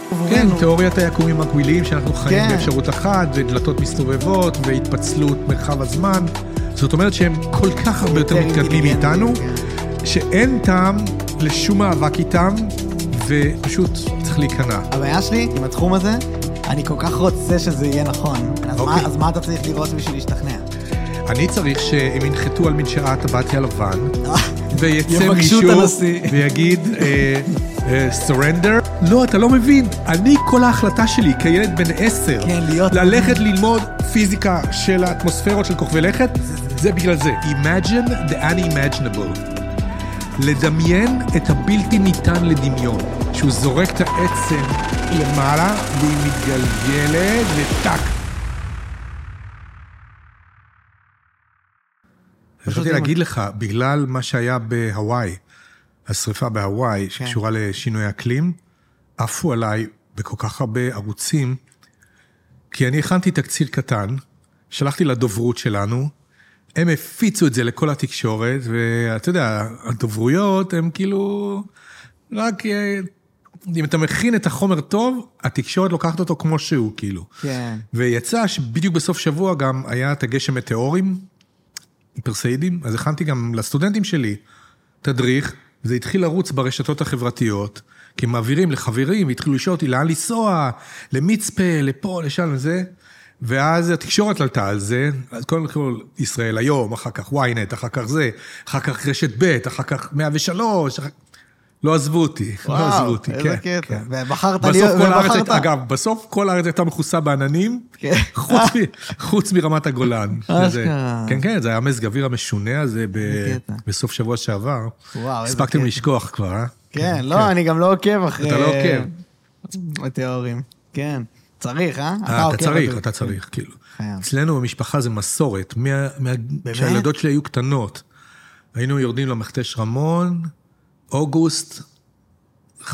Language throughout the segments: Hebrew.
כן, תיאוריית היקומים מקבילים, שאנחנו חיים באפשרות אחת, ודלתות מסתובבות, והתפצלות מרחב הזמן. זאת אומרת שהם כל כך הרבה יותר מתקדמים מאיתנו, שאין טעם לשום מאבק איתם, ופשוט צריך להיכנע. הבעיה שלי עם התחום הזה, אני כל כך רוצה שזה יהיה נכון. אז מה אתה צריך לראות בשביל להשתכנע? אני צריך שהם ינחתו על מדשאת הבתי הלבן, ויצא מישהו ויגיד, surrender. לא, אתה לא מבין. אני, כל ההחלטה שלי, כילד בן 10, ללכת ללמוד פיזיקה של האטמוספירות של כוכבי לכת, זה בגלל זה. Imagine the unimaginable. לדמיין את הבלתי ניתן לדמיון. שהוא זורק את העצם למעלה, והיא מתגלגלת, וטק. רציתי להגיד לך, בגלל מה שהיה בהוואי, השריפה בהוואי, שקשורה לשינוי אקלים, עפו עליי בכל כך הרבה ערוצים, כי אני הכנתי תקציר קטן, שלחתי לדוברות שלנו, הם הפיצו את זה לכל התקשורת, ואתה יודע, הדוברויות הם כאילו, רק אם אתה מכין את החומר טוב, התקשורת לוקחת אותו כמו שהוא, כאילו. כן. ויצא שבדיוק בסוף שבוע גם היה את הגשם מטאורים, פרסאידים, אז הכנתי גם לסטודנטים שלי תדריך, זה התחיל לרוץ ברשתות החברתיות, כי הם מעבירים לחברים, והתחילו לשאול אותי לאן לנסוע, למצפה, לפה, לשם, לזה, ואז התקשורת עלתה על זה, אז קודם כל ישראל היום, אחר כך וויינט, אחר כך זה, אחר כך רשת ב', אחר כך 103, לא עזבו אותי, לא עזבו אותי, איזה קטע. ובחרת אגב, בסוף כל הארץ הייתה מכוסה בעננים, חוץ מרמת הגולן. כן, כן, זה היה מזג אוויר המשונה הזה בסוף שבוע שעבר. הספקתם לשכוח כבר, אה? כן, לא, אני גם לא עוקב אחרי... אתה לא עוקב. התיאורים, כן. צריך, אה? אתה צריך, כאילו. אצלנו במשפחה זה מסורת, כשהילדות שלי היו קטנות, היינו יורדים למכתש רמון, אוגוסט, 11-12,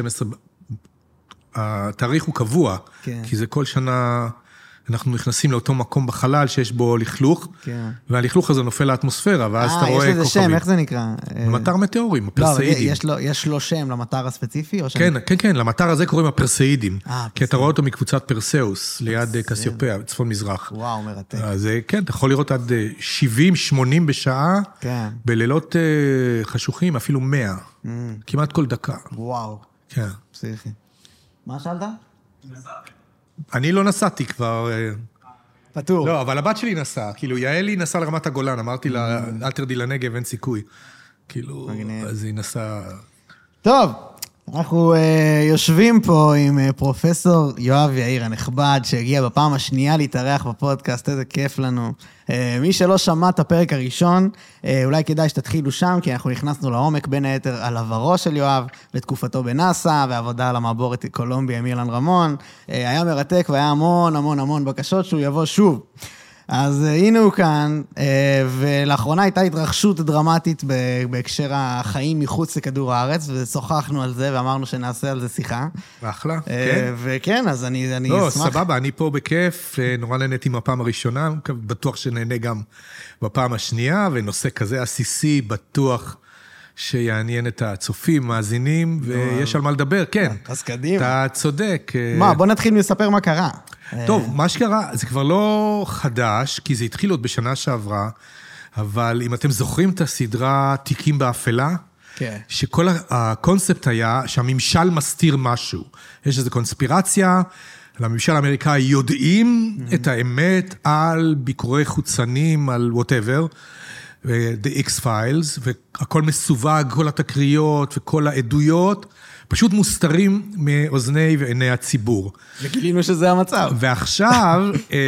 התאריך הוא קבוע, כי זה כל שנה, אנחנו נכנסים לאותו מקום בחלל שיש בו לכלוך, והלכלוך הזה נופל לאטמוספירה, ואז אתה רואה כוכבים. יש לזה שם, איך זה נקרא? מטר מטאורים, הפרסאידים. יש לו שם למטר הספציפי? כן, למטר הזה קוראים הפרסאידים, כי אתה רואה אותו מקבוצת פרסאוס, ליד קסיופיה, צפון מזרח. וואו, מרתק. אז כן, אתה יכול לראות עד 70-80 בשעה, בלילות חשוכים, אפילו 100, כמעט כל דקה. וואו. כן. פסיכי. מה שאלת? אני לא נסעתי כבר... פטור. לא, אבל הבת שלי נסעה. כאילו, יעלי נסעה לרמת הגולן. אמרתי לה, אל תרדי לנגב, אין סיכוי. כאילו, אז היא נסעה... טוב, אנחנו יושבים פה עם פרופסור יואב יאיר הנכבד, שהגיע בפעם השנייה להתארח בפודקאסט, איזה כיף לנו. מי שלא שמע את הפרק הראשון, אולי כדאי שתתחילו שם, כי אנחנו נכנסנו לעומק בין היתר על עברו של יואב, לתקופתו בנאסא, ועבודה על המעבורת קולומביה עם אילן רמון. היה מרתק והיה המון בקשות שהוא יבוא שוב. אז הנה הוא כאן, ולאחרונה הייתה התרחשות דרמטית בהקשר החיים מחוץ לכדור הארץ, ושוחחנו על זה ואמרנו שנעשה על זה שיחה. אחלה, כן. וכן, אז אני אשמח. לא, סבבה, אני פה בכיף, נורא נהניתי מהפעם הראשונה, בטוח שנהנה גם בפעם השנייה, ונושא כזה עסיסי, בטוח שיעניין את הצופים, מאזינים, ויש על מה לדבר, כן. אז קדימה. אתה צודק. מה, בוא נתחיל לספר מה קרה. טוב, מה שקרה, זה כבר לא חדש, כי זה התחיל עוד בשנה שעברה, אבל אם אתם זוכרים את הסדרה תיקים באפלה, שכל הקונספט היה שהממשל מסתיר משהו. יש איזו קונספירציה, לממשל האמריקאי יודעים את האמת על ביקורי חוצנים, על whatever, The X-Files, והכל מסווג, כל התקריות וכל העדויות, פשוט מוסתרים מאוזני ועיני הציבור. וגילינו שזה המצב. ועכשיו,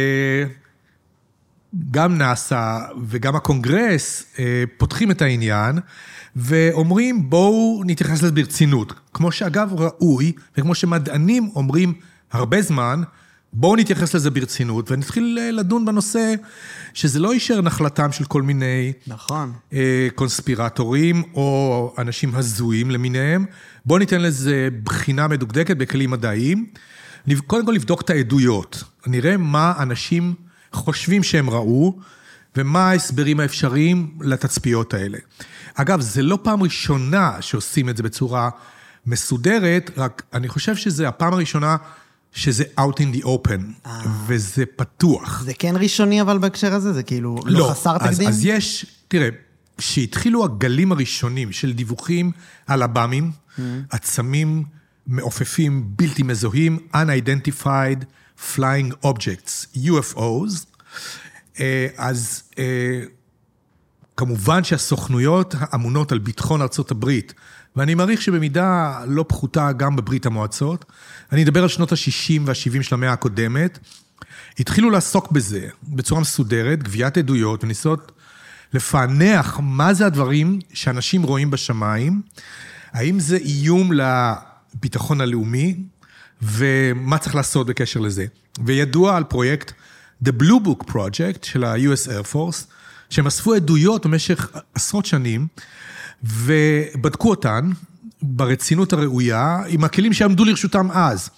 גם נאסא וגם הקונגרס פותחים את העניין, ואומרים בואו נתייחס לזה ברצינות. כמו שאגב ראוי, וכמו שמדענים אומרים הרבה זמן, בואו נתייחס לזה ברצינות, ונתחיל לדון בנושא שזה לא יישאר נחלתם של כל מיני קונספירטורים, או אנשים הזויים למיניהם. בואו ניתן לזה בחינה מדוקדקת בכלים מדעיים. קודם כל לבדוק את העדויות. נראה מה אנשים חושבים שהם ראו, ומה ההסברים האפשריים לתצפיות האלה. אגב, זה לא פעם ראשונה שעושים את זה בצורה מסודרת, רק אני חושב שזה הפעם הראשונה שזה out in the open, וזה פתוח. זה כן ראשוני אבל בהקשר הזה? זה כאילו לא חסר תקדים? אז יש, תראה, שהתחילו הגלים הראשונים של דיווחים על הבאמים, עצמים מעופפים בלתי מזוהים, unidentified flying objects, UFOs, אז כמובן שהסוכנויות האמונות על ביטחון ארצות הברית, ואני מעריך שבמידה לא פחותה גם בברית המועצות, אני אדבר על שנות ה-60 וה-70 של המאה הקודמת, התחילו לעסוק בזה בצורה מסודרת, גביית עדויות וניסות לפענח מה זה הדברים שאנשים רואים בשמיים, האם זה איום לביטחון הלאומי, ומה צריך לעשות בקשר לזה. וידוע על פרויקט The Blue Book Project של ה-US Air Force, שהם אספו עדויות במשך עשרות שנים, ובדקו אותן ברצינות הראויה, עם הכלים שעמדו לרשותם אז.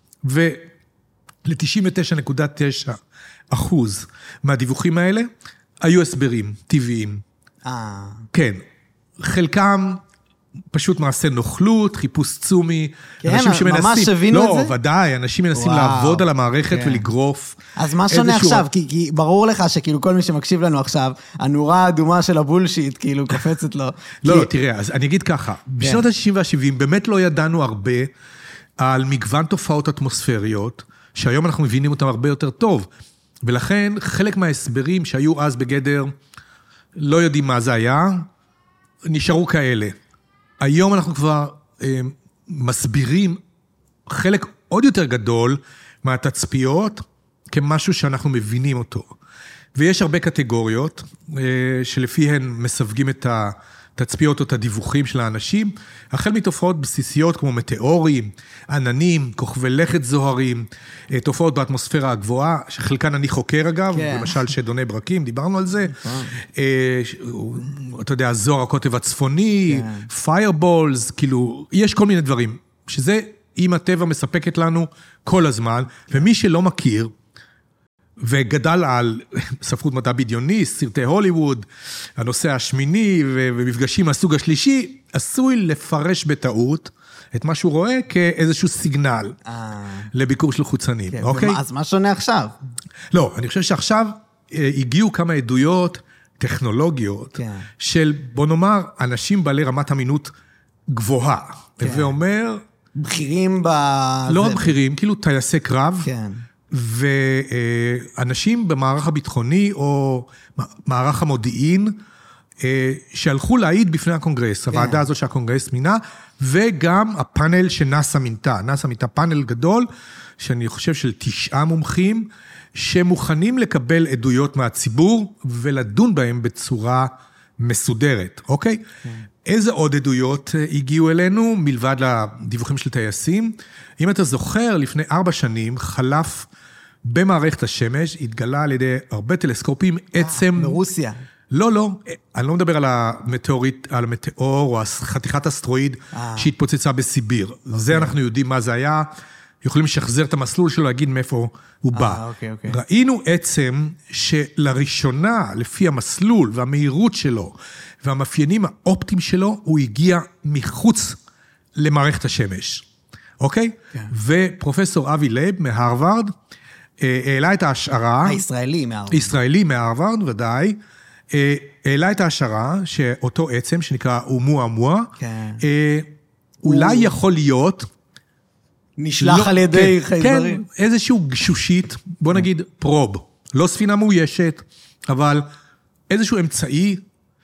ול-99.9% מהדיווחים האלה, היו הסברים טבעיים. כן, חלקם פשוט מעשה נוכלות, חיפוש צומי, כן, ממש הבינו את זה? לא, ודאי, אנשים מנסים לעבוד על המערכת ולגרוף. אז מה שונה עכשיו? כי ברור לך שכאילו כל מי שמקשיב לנו עכשיו, הנורה האדומה של הבולשיט כאילו קופצת לו. לא, תראה, אז אני אגיד ככה, בשנות ה-60 וה-70 באמת לא ידענו הרבה על מגוון תופעות אטמוספריות, שהיום אנחנו מבינים אותם הרבה יותר טוב, ולכן חלק מההסברים שהיו אז בגדר, לא יודעים מה זה היה, נשארו כאלה. היום אנחנו כבר מסבירים חלק עוד יותר גדול מהתצפיות, כמשהו שאנחנו מבינים אותו. ויש הרבה קטגוריות, שלפיהן מסווגים את התצפיות או את הדיווחים של האנשים, החל מתופעות בסיסיות כמו מטאורים, עננים, כוכבי לכת זוהרים, תופעות באטמוספירה הגבוהה, שחלקן אני חוקר אגב, למשל שדוני ברקים, דיברנו על זה, אתה יודע, זוהר הקוטב הצפוני, פיירבולס, כאילו, יש כל מיני דברים, שזה אם הטבע מספקת לנו כל הזמן, ומי שלא מכיר, וגדל על ספרות מדע בדיוני, סרטי הוליווד, הנושא השמיני ומפגשים מהסוג השלישי, עשוי לפרש בטעות את מה שהוא רואה כאיזשהו סיגנל לביקור של חוצנים. אוקיי? אז מה שונה עכשיו? לא, אני חושב שעכשיו הגיעו כמה עדויות טכנולוגיות של, בוא נאמר, אנשים בעלי רמת אמינות גבוהה. ואומר... בכירים לא רק בכירים, כאילו טייסי קרב. כן. ואנשים במערך הביטחוני או מערך המודיעין שהלכו להעיד בפני הקונגרס, הוועדה הזאת שהקונגרס מינה, וגם הפאנל שנאסא מינתה. נאסא מינתה פאנל גדול, שאני חושב של 9 מומחים, שמוכנים לקבל עדויות מהציבור ולדון בהם בצורה מסודרת, אוקיי? איזה עוד עדויות הגיעו אלינו, מלבד לדיווחים של טייסים? אם אתה זוכר, לפני 4 שנים חלף במערכת השמש, התגלה על ידי הרבה טלסקופים עצם... ברוסיה. לא, אני לא מדבר על המטאורית, על המטאור, או חתיכת אסטרואיד שהתפוצצה בסיביר. זה אנחנו יודעים מה זה היה, יכולים לשחזר את המסלול שלו, להגיד מאיפה הוא בא. ראינו עצם שלראשונה, לפי המסלול והמהירות שלו, והמאפיינים האופטיים שלו, הוא הגיע מחוץ למערכת השמש. אוקיי? ופרופסור אבי לייב מהרווארד, העלה את ההשערה... הישראלי מהרווארד, ודאי. העלה את ההשערה שאותו עצם, שנקרא אומואה, אולי יכול להיות... נשלח על ידי חייזרים. כן, איזשהו גשושית, בוא נגיד פרוב. לא ספינה מאוישת, אבל איזשהו אמצעי...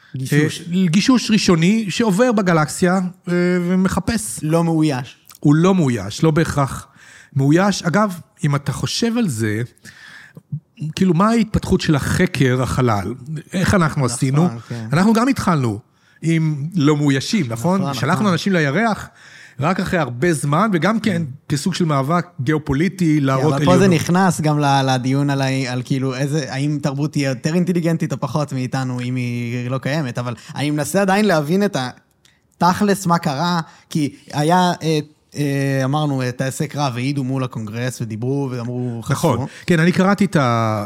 גישוש ראשוני שעובר בגלקסיה ומחפש. לא מאויש. הוא לא מאויש, לא בהכרח מאויש. אגב, אם אתה חושב על זה, כאילו מה ההתפתחות של החקר החלל? איך אנחנו עשינו? אנחנו גם התחלנו עם לא מאוישים, נכון? שלחנו אנשים לירח רק אחרי הרבה זמן, וגם כן כסוג של מאבק גיאופוליטי להראות עליונות. אבל פה זה נכנס גם לדיון על כאילו האם תרבות תהיה יותר אינטליגנטית או פחות מאיתנו, אם היא לא קיימת, אבל אני מנסה עדיין להבין את התכלס מה קרה, כי היה... אמרנו, טייסי קרב העידו מול הקונגרס ודיברו ואמרו חשבו. נכון, כן, אני קראתי את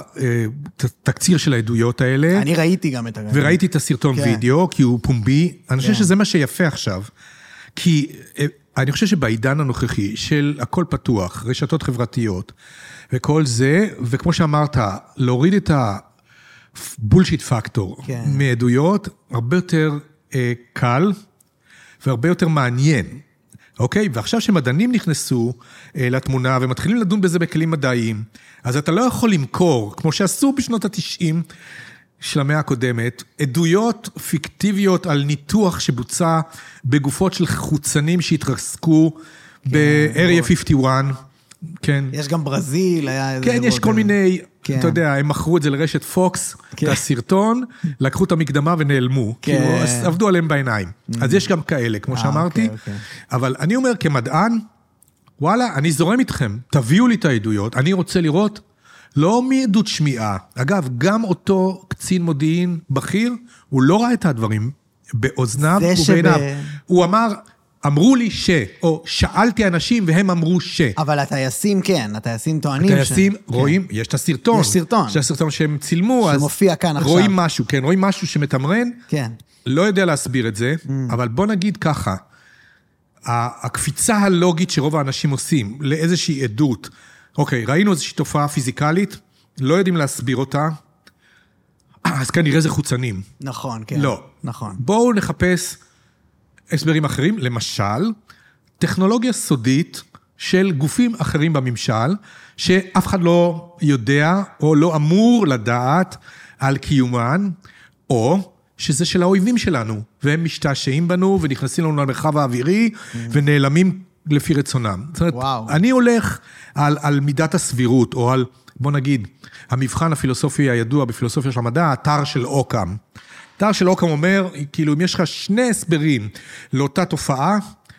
התקציר של העדויות האלה. אני ראיתי גם את זה. וראיתי את הסרטון וידאו, כי הוא פומבי. אני חושב שזה מה שיפה עכשיו. כי אני חושב שבעידן הנוכחי של הכל פתוח, רשתות חברתיות וכל זה, וכמו שאמרת, להוריד את הבולשיט פקטור מעדויות, הרבה יותר קל והרבה יותר מעניין. אוקיי? ועכשיו שמדענים נכנסו לתמונה ומתחילים לדון בזה בכלים מדעיים, אז אתה לא יכול למכור, כמו שעשו בשנות ה-90 של המאה הקודמת, עדויות פיקטיביות על ניתוח שבוצע בגופות של חוצנים שהתרסקו ב-Area 51. כן. יש גם ברזיל, היה איזה... כן, יש כל מיני, אתה יודע, הם מכרו את זה לרשת פוקס, את הסרטון, לקחו את המקדמה ונעלמו, כאילו, עבדו עליהם בעיניים. אז יש גם כאלה, כמו שאמרתי, אבל אני אומר כמדען, וואלה, אני זורם איתכם, תביאו לי את העדויות, אני רוצה לראות, לא מעדות שמיעה. אגב, גם אותו קצין מודיעין בכיר, הוא לא ראה את הדברים באוזניו ובעיניו. הוא אמר, אמרו לי או שאלתי אנשים והם אמרו אבל הטייסים כן, הטייסים טוענים הטייסים רואים, יש את הסרטון. יש סרטון. יש הסרטון שהם צילמו, אז שמופיע כאן עכשיו. רואים משהו, כן, רואים משהו שמתמרן. כן. לא יודע להסביר את זה, אבל בוא נגיד ככה, הקפיצה הלוגית שרוב האנשים עושים לאיזושהי עדות, אוקיי, ראינו איזושהי תופעה פיזיקלית, לא יודעים להסביר אותה, אז כנראה זה חוצנים. נכון, כן. לא. נכון. בואו נחפש הסברים אחרים, למשל, טכנולוגיה סודית של גופים אחרים בממשל, שאף אחד לא יודע או לא אמור לדעת על קיומן, או שזה של האויבים שלנו, והם משתעשעים בנו ונכנסים לנו למרחב האווירי, ונעלמים לפי רצונם. זאת אומרת, אני הולך על מידת הסבירות, או על, בוא נגיד, המבחן הפילוסופי הידוע בפילוסופיה של המדע, האתר של אוקאם. האתר של אוקאם אומר, כאילו, אם יש לך שני הסברים לאותה תופעה,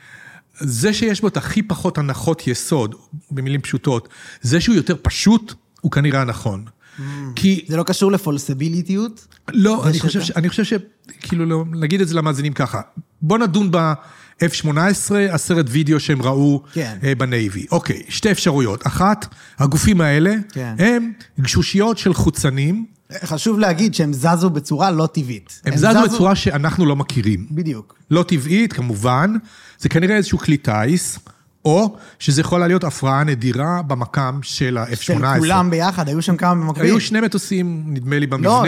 זה שיש בו את הכי פחות הנחות יסוד, במילים פשוטות, זה שהוא יותר פשוט, הוא כנראה הנכון. כי... זה לא קשור לפולסביליטיות? לא, אני חושב כאילו, נגיד את זה למאזינים ככה, בוא נדון ב-F-18, הסרט וידאו שהם ראו בנייבי. אוקיי, שתי אפשרויות. אחת, הגופים האלה, הם גשושיות של חוצנים. חשוב להגיד שהם זזו בצורה לא טבעית. הם זזו בצורה שאנחנו לא מכירים. בדיוק. לא טבעית, כמובן. זה כנראה איזשהו כלי טייס, או שזה יכול להיות הפרעה נדירה במקם של ה-F-18. של כולם ביחד, היו שם כמה במקביל. היו שני מטוסים, נדמה לי, במבנה.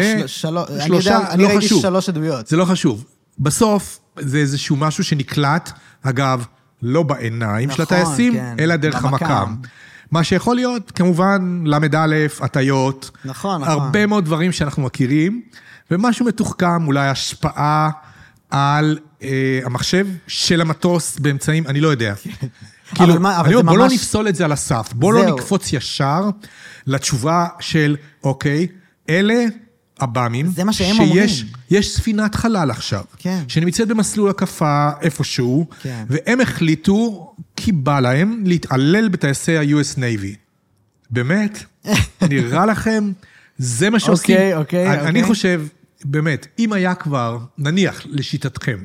אני ראיתי 3 עדויות. זה לא חשוב. בסוף, זה איזשהו משהו שנקלט, אגב, לא בעיניים של הטייסים, אלא דרך המקם. מה שיכול להיות, כמובן, למד א', הטיות, הרבה מאוד דברים שאנחנו מכירים, ומשהו מתוחכם, אולי השפעה על המחשב של המטוס באמצעים, אני לא יודע. כאילו, בוא לא נפסול את זה על הסף, בוא לא נקפוץ ישר לתשובה של, אוקיי, אלה הבאמים, זה מה שהם אומרים. שיש ספינת חלל עכשיו, שנמצאת במסלול הקפה איפשהו, והם החליטו, כי בא להם להתעלל בטייסי ה-US Navy. באמת? נראה לכם? זה מה שעושים. אני חושב, באמת, אם היה כבר, נניח לשיטתכם,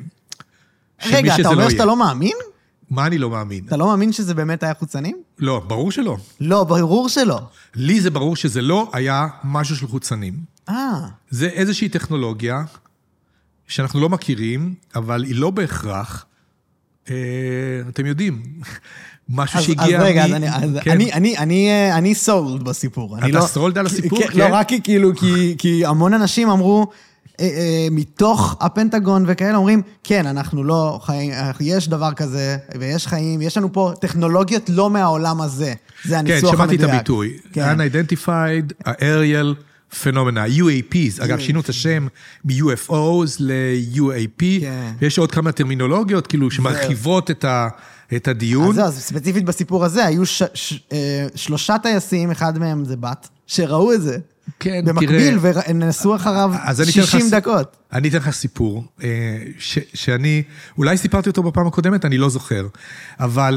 רגע, אתה אומר שאתה לא מאמין? מה אני לא מאמין? אתה לא מאמין שזה באמת היה חוצנים? לא, ברור שלא. לא, ברור שלא. לי זה ברור שזה לא היה משהו של חוצנים. זה איזושהי טכנולוגיה שאנחנו לא מכירים, אבל היא לא בהכרח, אתם יודעים, משהו שהגיע... אז רגע, אני סולד בסיפור. אתה סולד על הסיפור? לא, רק כי המון אנשים אמרו, מתוך הפנטגון וכאלה אומרים, כן, אנחנו לא חיים, יש דבר כזה, ויש חיים, יש לנו פה טכנולוגיות לא מהעולם הזה. זה הניסוח המדויק. כן, שמעתי את הביטוי. Unidentified Aerial Phenomena, UAPs. אגב, שינו את השם מ-UFOs ל-UAP. ויש עוד כמה טרמינולוגיות, כאילו, שמרחיבות את הדיון. אז ספציפית בסיפור הזה, היו 3 טייסים, אחד מהם זה בת, שראו את זה. כן, במקביל, ונסו אחריו 60 דקות. אני אתן לך סיפור, שאני, אולי סיפרתי אותו בפעם הקודמת, אני לא זוכר, אבל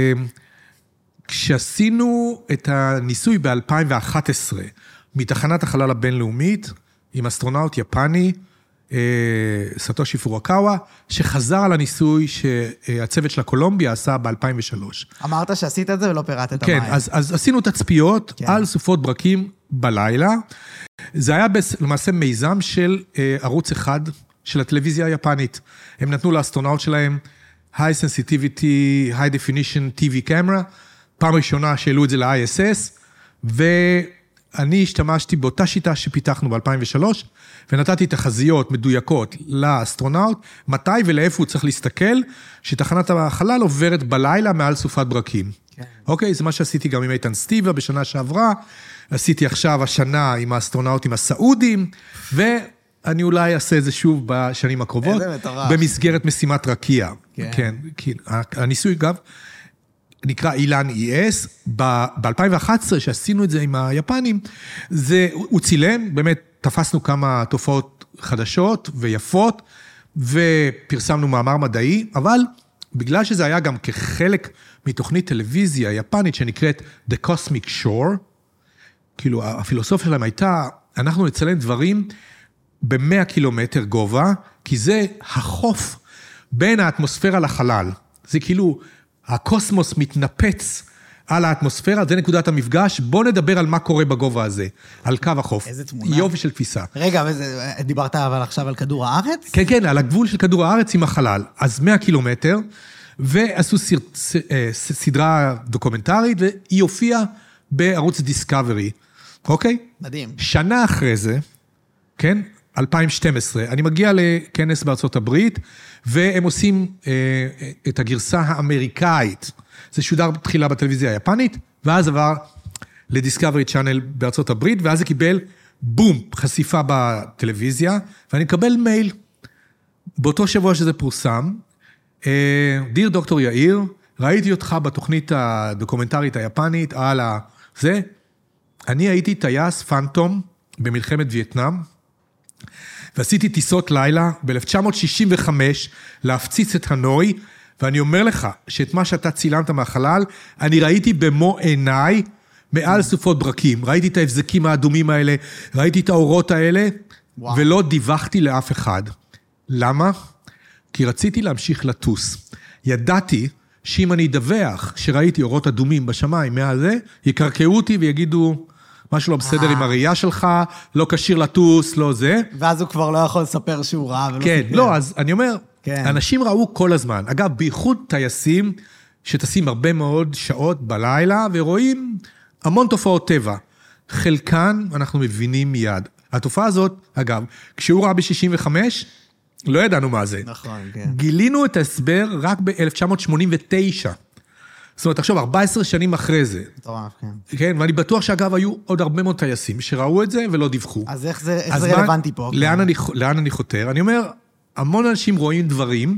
כשעשינו את הניסוי ב-2011, מתחנת החלל הבינלאומית, עם אסטרונאוט יפני, סטושי פורקאווה, שחזר על הניסוי שהצוות של הקולומביה עשה ב-2003. אמרת שעשית את זה ולא פירטת כן, אז עשינו תצפיות על סופות ברקים בלילה. זה היה למעשה מיזם של ערוץ אחד של הטלוויזיה היפנית. הם נתנו לאסטרונאוט שלהם High Sensitivity, High Definition TV Camera, פעם ראשונה שהעלו את זה ל-ISS, ואני השתמשתי באותה שיטה שפיתחנו ב-2003, ונתתי תחזיות מדויקות לאסטרונאוט, מתי ולאיפה הוא צריך להסתכל, שתחנת החלל עוברת בלילה מעל סופת ברקים. כן. אוקיי, זה מה שעשיתי גם עם איתן סטיבה בשנה שעברה, עשיתי עכשיו השנה עם האסטרונאוטים הסעודים, ואני אולי אעשה את זה שוב בשנים הקרובות, במסגרת משימת רקיע. כן, כן. הניסוי אגב, נקרא אילן ES, ב-2011 שעשינו את זה עם היפנים, הוא צילם, באמת תפסנו כמה תופעות חדשות ויפות, ופרסמנו מאמר מדעי, אבל בגלל שזה היה גם כחלק מתוכנית טלוויזיה יפנית שנקראת The Cosmic Shore, כאילו הפילוסופיה שלהם הייתה, אנחנו נצלם דברים ב-100 קילומטר גובה, כי זה החוף בין האטמוספירה לחלל. זה כאילו, הקוסמוס מתנפץ על האטמוספירה, זה נקודת המפגש, בוא נדבר על מה קורה בגובה הזה, על קו החוף. איזה תמונה. יופי של תפיסה. רגע, דיברת אבל עכשיו על כדור הארץ? כן, כן, על הגבול של כדור הארץ עם החלל. אז 100 קילומטר, ועשו סדרה דוקומנטרית, והיא הופיעה בערוץ דיסקאברי. אוקיי? מדהים. שנה אחרי זה, כן, 2012, אני מגיע לכנס בארצות הברית, והם עושים את הגרסה האמריקאית. זה שודר תחילה בטלוויזיה היפנית, ואז עבר לדיסקאברי צ'אנל בארצות הברית, ואז זה קיבל בום, חשיפה בטלוויזיה, ואני מקבל מייל. באותו שבוע שזה פורסם, דיר דוקטור יאיר, ראיתי אותך בתוכנית הדוקומנטרית היפנית, על זה, אני הייתי טייס פנטום במלחמת וייטנאם, ועשיתי טיסות לילה ב-1965 להפציץ את הנוי, ואני אומר לך שאת מה שאתה צילמת מהחלל, אני ראיתי במו עיניי מעל סופות ברקים, ראיתי את ההבזקים האדומים האלה, ראיתי את האורות האלה, וואו. ולא דיווחתי לאף אחד. למה? כי רציתי להמשיך לטוס. ידעתי שאם אני אדווח שראיתי אורות אדומים בשמיים מעל זה, יקרקעו אותי ויגידו, משהו לא בסדר עם הראייה שלך, לא קשיר לטוס, לא זה. ואז הוא כבר לא יכול לספר שהוא רע. כן, לא, אז אני אומר, אנשים ראו כל הזמן. אגב, בייחוד טייסים, שטסים הרבה מאוד שעות בלילה, ורואים המון תופעות טבע. חלקן אנחנו מבינים מיד. התופעה הזאת, אגב, כשהוא ראה ב-65, לא ידענו מה זה. נכון, כן. גילינו את ההסבר רק ב-1989. זאת אומרת, עכשיו, 14 שנים אחרי זה. טוב, כן. כן, ואני בטוח שאגב, היו עוד הרבה מאוד טייסים שראו את זה ולא דיווחו. אז איך זה רלוונטי פה? לאן אני חותר? אני אומר, המון אנשים רואים דברים,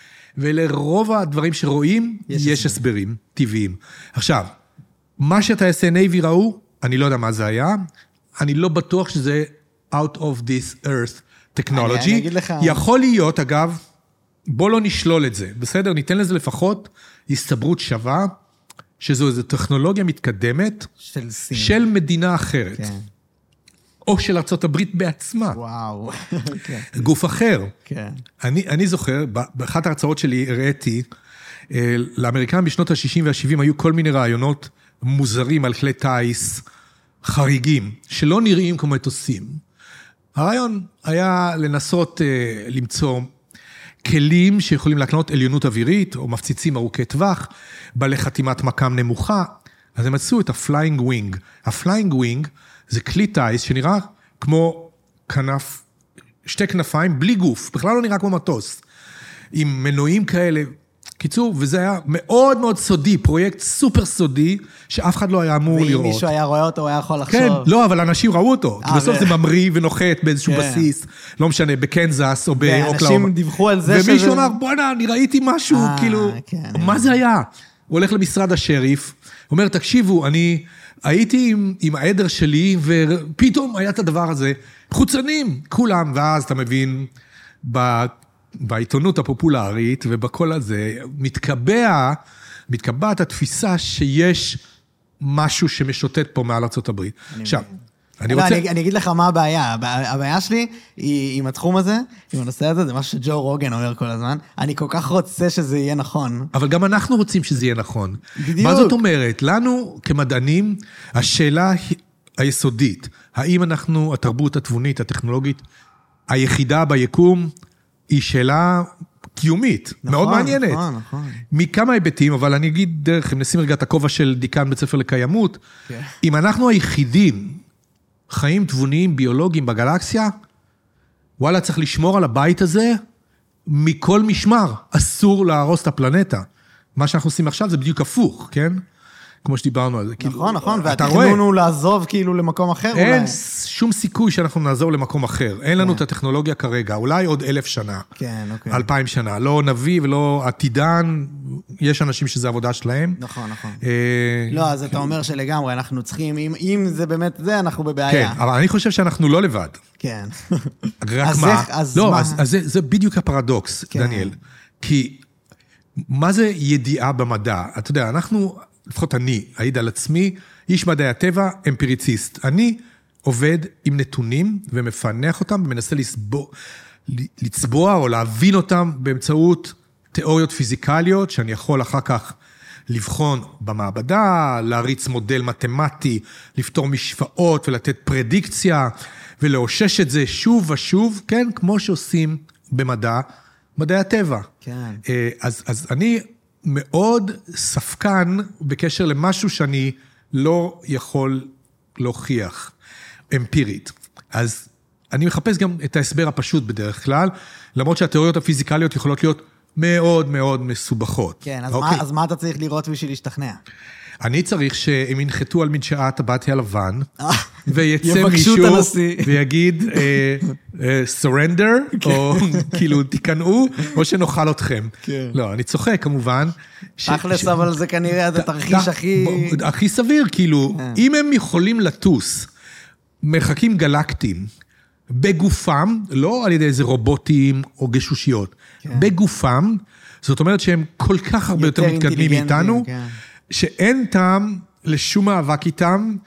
ולרוב הדברים שרואים, יש הסברים טבעיים. עכשיו, מה שטייסי נייבי ראו, אני לא יודע מה זה היה, אני לא בטוח שזה out of this earth technology. אני אגיד לך... יכול להיות, אגב, בוא לא נשלול את זה, בסדר? ניתן לזה לפחות הסתברות שווה, שזו איזו טכנולוגיה מתקדמת, של מדינה אחרת. כן. או של ארצות הברית בעצמה. וואו. גוף אחר. כן. אני זוכר, באחת ההרצאות שלי הראיתי, לאמריקאים בשנות ה-60 וה-70 היו כל מיני רעיונות מוזרים על כלי טייס חריגים, שלא נראים כמו מטוסים. הרעיון היה לנסות למצוא כלים שיכולים להקנות עליונות אווירית, או מפציצים ארוכי טווח, בעלי חתימת מקם נמוכה, אז הם מצאו את הפליינג ווינג. הפליינג ווינג זה כלי טייס שנראה כמו כנף, שתי כנפיים בלי גוף, בכלל לא נראה כמו מטוס, עם מנועים כאלה, קיצור, וזה היה מאוד מאוד סודי, פרויקט סופר סודי, שאף אחד לא היה אמור לראות. ואם מישהו היה רואה אותו, הוא היה יכול לחשוב. כן, לא, אבל אנשים ראו אותו, כי בסוף זה ממריא ונוחת באיזשהו בסיס, לא משנה, בקנזס או באוקלהומה. ואנשים דיווחו על זה ומישהו אמר, בוא'נה, אני ראיתי משהו, כאילו, מה זה היה? הוא הולך למשרד השריף, הוא אומר, תקשיבו, אני הייתי עם העדר שלי, ופתאום היה את הדבר הזה, חוצנים, כולם, ואז אתה מבין, בעיתונות הפופולרית ובכל הזה, מתקבעת התפיסה שיש משהו שמשוטט פה מעל ארצות הברית. עכשיו, אני אגיד לך מה הבעיה. הבעיה שלי היא עם התחום הזה, עם הנושא הזה, זה משהו שג'ו רוגן אומר כל הזמן. אני כל כך רוצה שזה יהיה נכון. אבל גם אנחנו רוצים שזה יהיה נכון. בדיוק. מה זאת אומרת? לנו כמדענים, השאלה היסודית, האם אנחנו, התרבות התבונית, הטכנולוגית, היחידה ביקום, היא שאלה קיומית, מאוד מעניינת. נכון. מכמה היבטים, אבל אני אגיד דרך, אם נשים רגע את הכובע של דיקן בית ספר לקיימות, אם אנחנו היחידים, חיים תבוניים ביולוגיים בגלקסיה, וואלה, צריך לשמור על הבית הזה מכל משמר. אסור להרוס את הפלנטה. מה שאנחנו עושים עכשיו זה בדיוק הפוך, כן? כמו שדיברנו על זה. נכון, והתכנון הוא לעזוב כאילו למקום אחר אולי. אין שום סיכוי שאנחנו נעזור למקום אחר. אין לנו את הטכנולוגיה כרגע, אולי עוד 1,000 שנה. כן, אוקיי. 2,000 שנה. לא נביא ולא עתידן, יש אנשים שזה עבודה שלהם. נכון. לא, אז אתה אומר שלגמרי, אנחנו צריכים, אם זה באמת זה, אנחנו בבעיה. כן, אבל אני חושב שאנחנו לא לבד. כן. רק מה? לא, אז זה בדיוק הפרדוקס, דניאל. כי מה זה ידיעה במדע? אתה יודע, אנחנו... לפחות אני, העיד על עצמי, איש מדעי הטבע, אמפיריציסט. אני עובד עם נתונים ומפענח אותם, ומנסה לצבוע או להבין אותם באמצעות תיאוריות פיזיקליות, שאני יכול אחר כך לבחון במעבדה, להריץ מודל מתמטי, לפתור משוואות ולתת פרדיקציה, ולאושש את זה שוב ושוב, כן, כמו שעושים במדע, מדעי הטבע. כן. אז אני... מאוד ספקן בקשר למשהו שאני לא יכול להוכיח, אמפירית. אז אני מחפש גם את ההסבר הפשוט בדרך כלל, למרות שהתיאוריות הפיזיקליות יכולות להיות מאוד מאוד מסובכות. כן, אז מה אתה צריך לראות בשביל להשתכנע? אני צריך שהם ינחתו על מדשאת הבתי הלבן, ויצא מישהו ויגיד, surrender, או כאילו תיכנעו, או שנאכל אתכם. לא, אני צוחק כמובן. תכלס, אבל זה כנראה התרחיש הכי סביר, כאילו, אם הם יכולים לטוס מרחקים גלקטיים, בגופם, לא על ידי איזה רובוטים או גשושיות, בגופם, זאת אומרת שהם כל כך הרבה יותר מתקדמים מאיתנו, שאין טעם לשום מאבק איתם,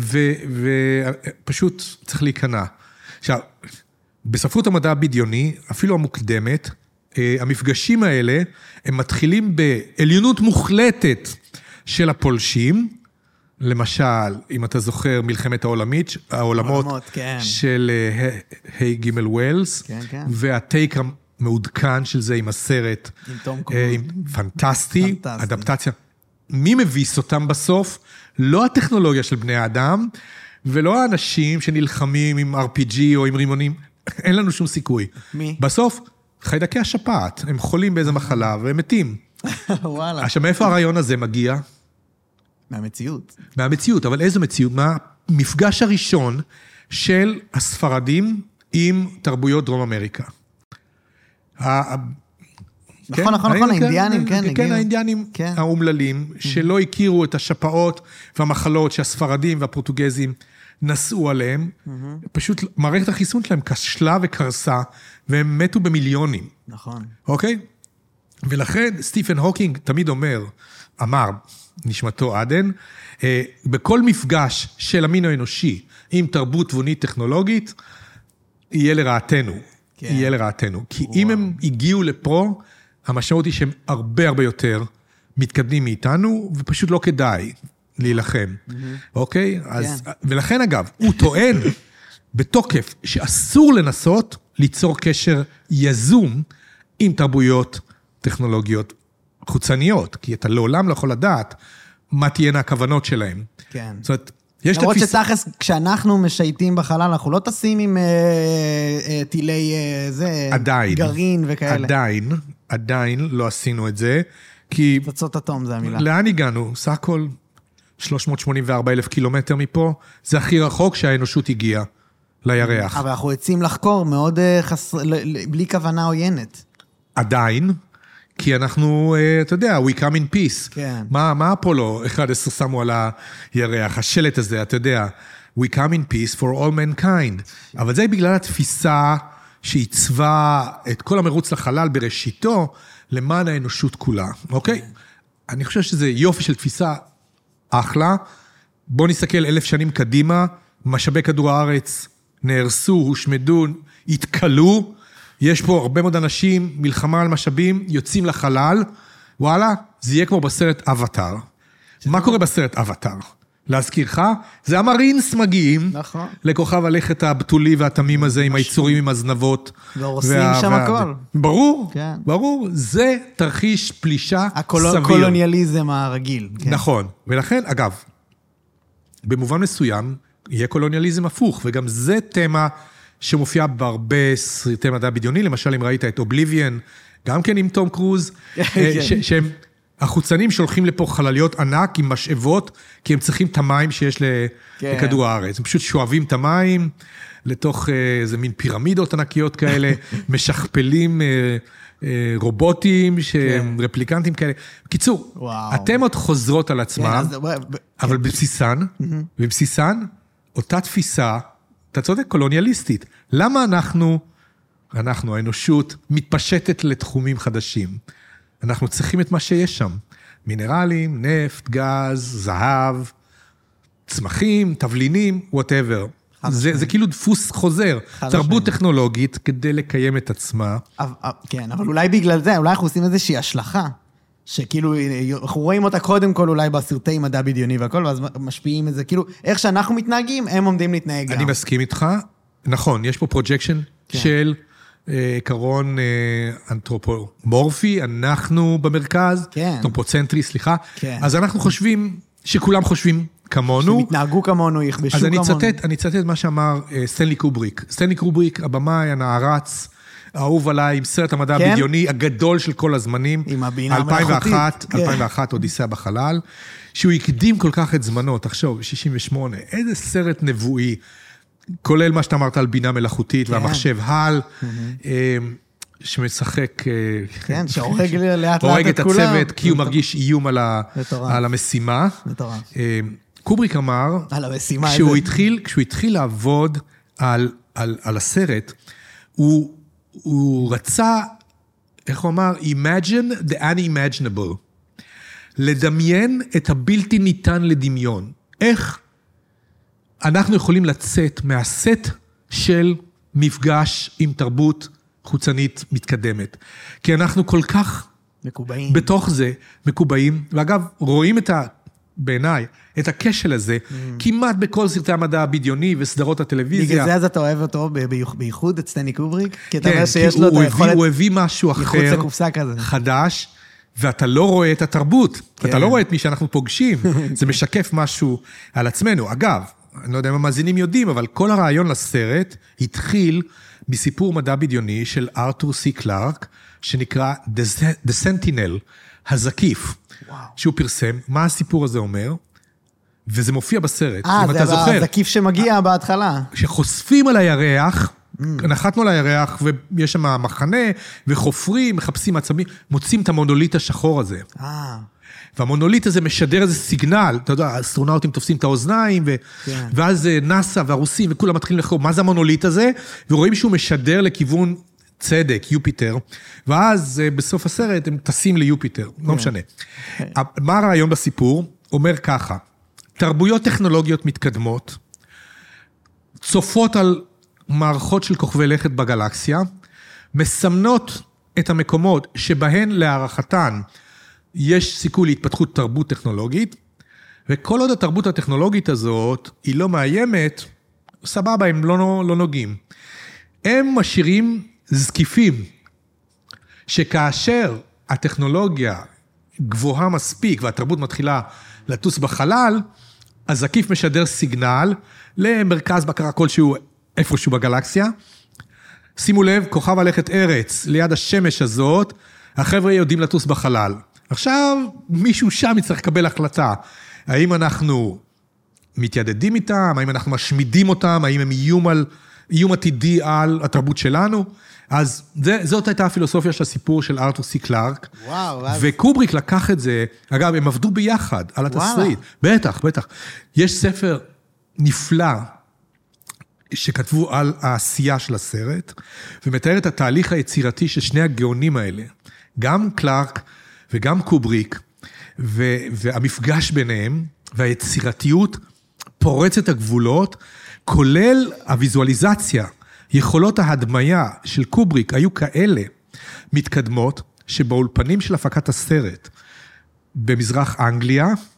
ופשוט צריך להיכנע. עכשיו, בספרות המדע הבדיוני, אפילו המוקדמת, המפגשים האלה, הם מתחילים בעליונות מוחלטת של הפולשים, למשל, אם אתה זוכר, מלחמת העולמות של היי גימל ווילס, והטייק המעודכן של זה עם הסרט, פנטסטי, אדפטציה. מי מביס אותם בסוף? לא הטכנולוגיה של בני האדם, ולא האנשים שנלחמים עם RPG או עם רימונים. אין לנו שום סיכוי. מי? בסוף, חיידקי השפעת, הם חולים באיזה מחלה והם מתים. וואלה. עכשיו, מאיפה הרעיון הזה מגיע? מהמציאות. מהמציאות, אבל איזו מציאות? מהמפגש הראשון של הספרדים עם תרבויות דרום אמריקה. נכון, האינדיאנים, כן. כן, האינדיאנים האומללים, שלא הכירו את השפעות והמחלות שהספרדים והפורטוגזים נשאו עליהם, פשוט מערכת החיסון שלהם כשלה וקרסה, והם מתו במיליונים. נכון. אוקיי? ולכן סטיפן הוקינג תמיד אמר, נשמתו עדן, בכל מפגש של המין האנושי עם תרבות תבונית טכנולוגית, יהיה לרעתנו. יהיה לרעתנו. כי אם הם הגיעו לפה, המשמעות היא שהם הרבה הרבה יותר מתקדמים מאיתנו, ופשוט לא כדאי להילחם. אוקיי? ולכן אגב, הוא טוען בתוקף שאסור לנסות ליצור קשר יזום עם תרבויות טכנולוגיות חוצניות, כי אתה לעולם לא יכול לדעת מה תהיינה הכוונות שלהם. כן. זאת אומרת, יש למרות שתכלס, כשאנחנו משייטים בחלל, אנחנו לא טסים עם טילי גרעין וכאלה. עדיין לא עשינו את זה, כי... פצצות אטום זה המילה. לאן הגענו? סך הכל 384,000 קילומטר מפה, זה הכי רחוק שהאנושות הגיעה לירח. אבל אנחנו יוצאים לחקור מאוד בלי כוונה עוינת. עדיין, כי אנחנו, אתה יודע, we come in peace. כן. מה אפולו 11 שמו על הירח? השלט הזה, אתה יודע, we come in peace for all mankind. אבל זה בגלל התפיסה שעיצבה את כל המרוץ לחלל בראשיתו, למען האנושות כולה, אוקיי? אני חושב שזה יופי של תפיסה אחלה. בוא נסתכל 1,000 שנים קדימה, משאבי כדור הארץ נהרסו, הושמדו, התקלו, יש פה הרבה מאוד אנשים, מלחמה על משאבים, יוצאים לחלל, וואלה, זה יהיה כמו בסרט אבטר. מה קורה בסרט אבטר? להזכירך, זה המרינס מגיעים, נכון. לכוכב הלכת הבתולי והתמים הזה, עם היצורים עם הזנבות. והורסים שם הכל. ברור, כן. ברור, זה תרחיש פלישה סביר. הקולוניאליזם הרגיל. כן. נכון, ולכן, אגב, במובן מסוים, יהיה קולוניאליזם הפוך, וגם זה תמה שמופיעה בהרבה סרטי מדע בדיוני, למשל אם ראית את אובליביאן, גם כן עם תום קרוז, שהם החוצנים שהולכים לפה חלליות ענק עם משאבות, כי הם צריכים את המים שיש לכדור הארץ. הם פשוט שואבים את המים לתוך איזה מין פירמידות ענקיות כאלה, משכפלים רובוטים, שהם רפליקנטים כאלה. בקיצור, התמות חוזרות על עצמם, אבל בבסיסן, אותה תפיסה, אתה צודק, קולוניאליסטית. למה אנחנו, האנושות, מתפשטת לתחומים חדשים? אנחנו צריכים את מה שיש שם. מינרלים, נפט, גז, זהב, צמחים, תבלינים, whatever. זה כאילו דפוס חוזר. תרבות טכנולוגית כדי לקיים את עצמה. כן, אבל אולי בגלל זה, אולי אנחנו עושים איזושהי השלכה, שכאילו, אנחנו רואים אותה קודם כל אולי בסרטי מדע בדיוני והכל, ואז משפיעים את זה, כאילו, איך שאנחנו מתנהגים, הם עומדים להתנהג גם. אני מסכים איתך. נכון, יש פה פרוג'קשן של עיקרון אנתרופומורפי, אנחנו במרכז, אנתרופוצנטרי, סליחה. אז אנחנו חושבים שכולם חושבים כמונו. שמתנהגו כמונו, יכבשו כמונו. אז אני אצטט מה שאמר סטנלי קובריק. סטנלי קובריק, הבמאי, הנערץ, אהוב עליי, עם סרט המדע הבדיוני הגדול של כל הזמנים. עם הבינה המלאכותית. 2001, אודיסאה בחלל, שהוא הקדים כל כך את זמנו, תחשוב, 68, איזה סרט נבואי, כולל מה שאתה אמרת על בינה מלאכותית, והמחשב הל, שמשחק, כן, שהורג לאט הורג את הצוות, כי הוא מרגיש איום על המשימה. קובריק אמר, כשהוא התחיל לעבוד על הסרט, הוא רצה, איך הוא אמר, imagine the unimaginable, לדמיין את הבלתי ניתן לדמיון. איך אנחנו יכולים לצאת מהסט של מפגש עם תרבות חוצנית מתקדמת. כי אנחנו כל כך מקובעים. בתוך זה, מקובעים, ואגב, רואים בעיניי, את הכשל הזה, כמעט בכל סרטי המדע הבדיוני וסדרות הטלוויזיה. בגלל זה אז אתה אוהב אותו בייחוד את סטנלי קובריק? כי אתה אומר שיש לו את היכולת... הוא הביא משהו אחר, חדש, ואתה לא רואה את התרבות, אתה לא רואה את מי שאנחנו פוגשים, זה משקף משהו על עצמנו. אגב, אני לא יודע אם המאזינים יודעים, אבל כל הרעיון לסרט התחיל מסיפור מדע בדיוני של ארתור סי קלארק, שנקרא The Sentinel, הזקיף, שהוא פרסם. מה הסיפור הזה אומר? וזה מופיע בסרט. זה הזקיף שמגיע בהתחלה. שחושפים על הירח, נחתנו על הירח, ויש שם מחנה, וחופרים, מחפשים עצמים, מוצאים את המונוליט השחור הזה. והמונוליט הזה משדר איזה סיגנל, אתה יודע, האסטרונאוטים תופסים את האוזניים, ואז נאסא והרוסים, וכולם מתחילים לחקור, מה זה המונוליט הזה? ורואים שהוא משדר לכיוון צדק, יופיטר, ואז בסוף הסרט הם טסים ליופיטר, לא משנה. מה הרעיון בסיפור? אומר ככה, תרבויות טכנולוגיות מתקדמות, צופות על מערכות של כוכבי לכת בגלקסיה, מסמנות את המקומות שבהן להערכתן יש סיכוי להתפתחות תרבות טכנולוגית, וכל עוד התרבות הטכנולוגית הזאת היא לא מאיימת, סבבה, הם לא נוגעים. הם משאירים זקיפים, שכאשר הטכנולוגיה גבוהה מספיק, והתרבות מתחילה לטוס בחלל, הזקיף משדר סיגנל למרכז בקרה כלשהו איפשהו בגלקסיה. שימו לב, כוכב הלכת ארץ, ליד השמש הזאת, החבר'ה יודעים לטוס בחלל. עכשיו, מישהו שם יצטרך לקבל החלטה. האם אנחנו מתיידדים איתם? האם אנחנו משמידים אותם? האם הם איום עתידי על התרבות שלנו? אז זאת הייתה הפילוסופיה של הסיפור של ארתור סי קלארק. וקובריק לקח את זה, אגב, הם עבדו ביחד על התסריט. בטח. יש ספר נפלא שכתבו על העשייה של הסרט, ומתאר את התהליך היצירתי של שני הגאונים האלה. גם קלארק וגם קובריק, והמפגש ביניהם, והיצירתיות פורצת הגבולות, כולל הוויזואליזציה, יכולות ההדמיה של קובריק היו כאלה מתקדמות, שבאולפנים של הפקת הסרט, במזרח אנגליה,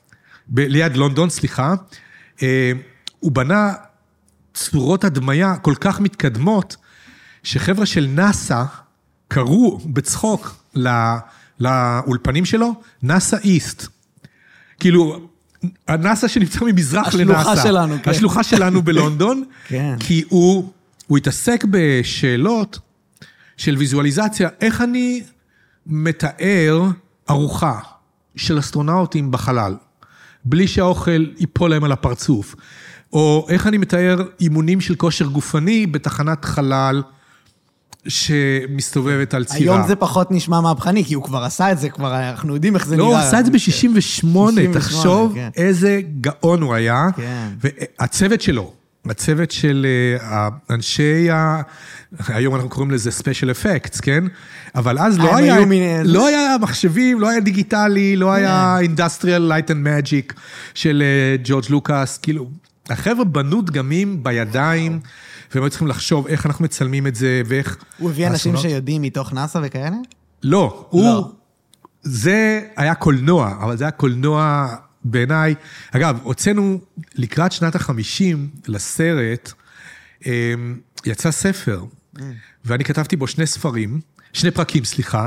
ליד לונדון, סליחה, הוא בנה צורות הדמיה כל כך מתקדמות, שחבר'ה של נאסא קראו בצחוק לאולפנים שלו, נאסא איסט. כאילו, הנאסא שנמצא ממזרח לנאסא. השלוחה שלנו, כן. השלוחה שלנו בלונדון, כן. כי הוא התעסק בשאלות של ויזואליזציה, איך אני מתאר ארוחה של אסטרונאוטים בחלל, בלי שהאוכל ייפול להם על הפרצוף, או איך אני מתאר אימונים של כושר גופני בתחנת חלל שמסתובבת על צירה. היום זה פחות נשמע מהפכני, כי הוא כבר עשה את זה, כבר אנחנו יודעים איך זה נראה. לא, הוא עשה את זה ב-68, תחשוב איזה גאון הוא היה, והצוות שלו, הצוות של אנשי, היום אנחנו קוראים לזה special effects, כן? אבל אז לא היה מחשבים, לא היה דיגיטלי, לא היה industrial light and magic של ג'ורג' לוקאס, כאילו, החבר'ה בנו דגמים בידיים, והם היו צריכים לחשוב איך אנחנו מצלמים את זה, ואיך... הוא הביא אנשים שיודעים מתוך נאסא וכאלה? לא, זה היה קולנוע, אבל זה היה קולנוע בעיניי. אגב, הוצאנו לקראת שנת ה-50 לסרט, יצא ספר, ואני כתבתי בו שני פרקים, סליחה,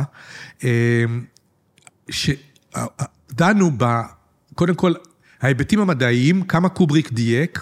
שדנו קודם כל, ההיבטים המדעיים, כמה קובריק דייק,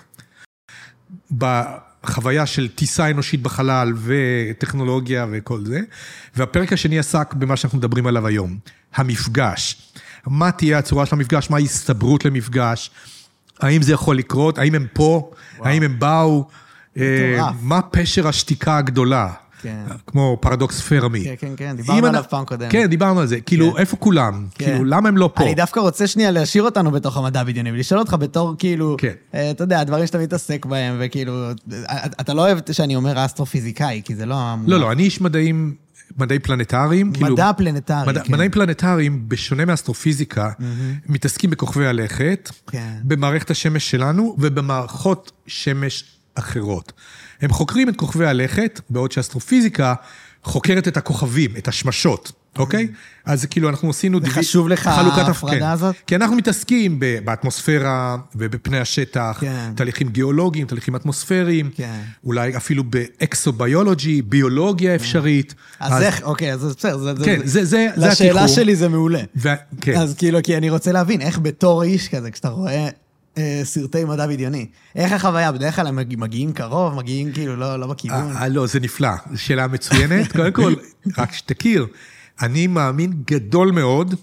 בחוויה של טיסה אנושית בחלל וטכנולוגיה וכל זה, והפרק השני עסק במה שאנחנו מדברים עליו היום, המפגש. מה תהיה הצורה של המפגש, מה ההסתברות למפגש, האם זה יכול לקרות, האם הם פה, האם הם באו, מה פשר השתיקה הגדולה, כמו פרדוקס פרמי. כן, דיברנו עליו פעם קודם. כן, דיברנו על זה, כאילו, איפה כולם? כאילו, למה הם לא פה? אני דווקא רוצה שנייה להשאיר אותנו בתוך המדע בדיוני, ולשאול אותך בתור, כאילו, אתה יודע, הדברים שאתה מתעסק בהם, וכאילו, אתה לא אוהב שאני אומר אסטרופיזיקאי, כי זה לא... לא, אני איש מדעי פלנטריים. מדע פלנטרי. מדעים פלנטריים, בשונה מאסטרופיזיקה, מתעסקים בכוכבי הלכת, במערכת השמש שלנו, ובמערכות שמש אחרות. הם חוקרים את כוכבי הלכת, בעוד שאסטרופיזיקה חוקרת את הכוכבים, את השמשות, אוקיי? אז כאילו אנחנו עשינו... זה חשוב לך ההפרדה הזאת? כי אנחנו מתעסקים באטמוספירה ובפני השטח, תהליכים גיאולוגיים, תהליכים אטמוספריים, אולי אפילו באקסוביולוגי, ביולוגיה אפשרית. אז איך, אוקיי, אז בסדר, כן, זה התיחום. לשאלה שלי זה מעולה. כן. אז כאילו, כי אני רוצה להבין, איך בתור איש כזה, כשאתה רואה... סרטי מדע בדיוני. איך החוויה? בדרך כלל הם מגיעים קרוב, מגיעים כאילו לא בכיוון. לא, זה נפלא. שאלה מצוינת. קודם כל, רק שתכיר, אני מאמין גדול מאוד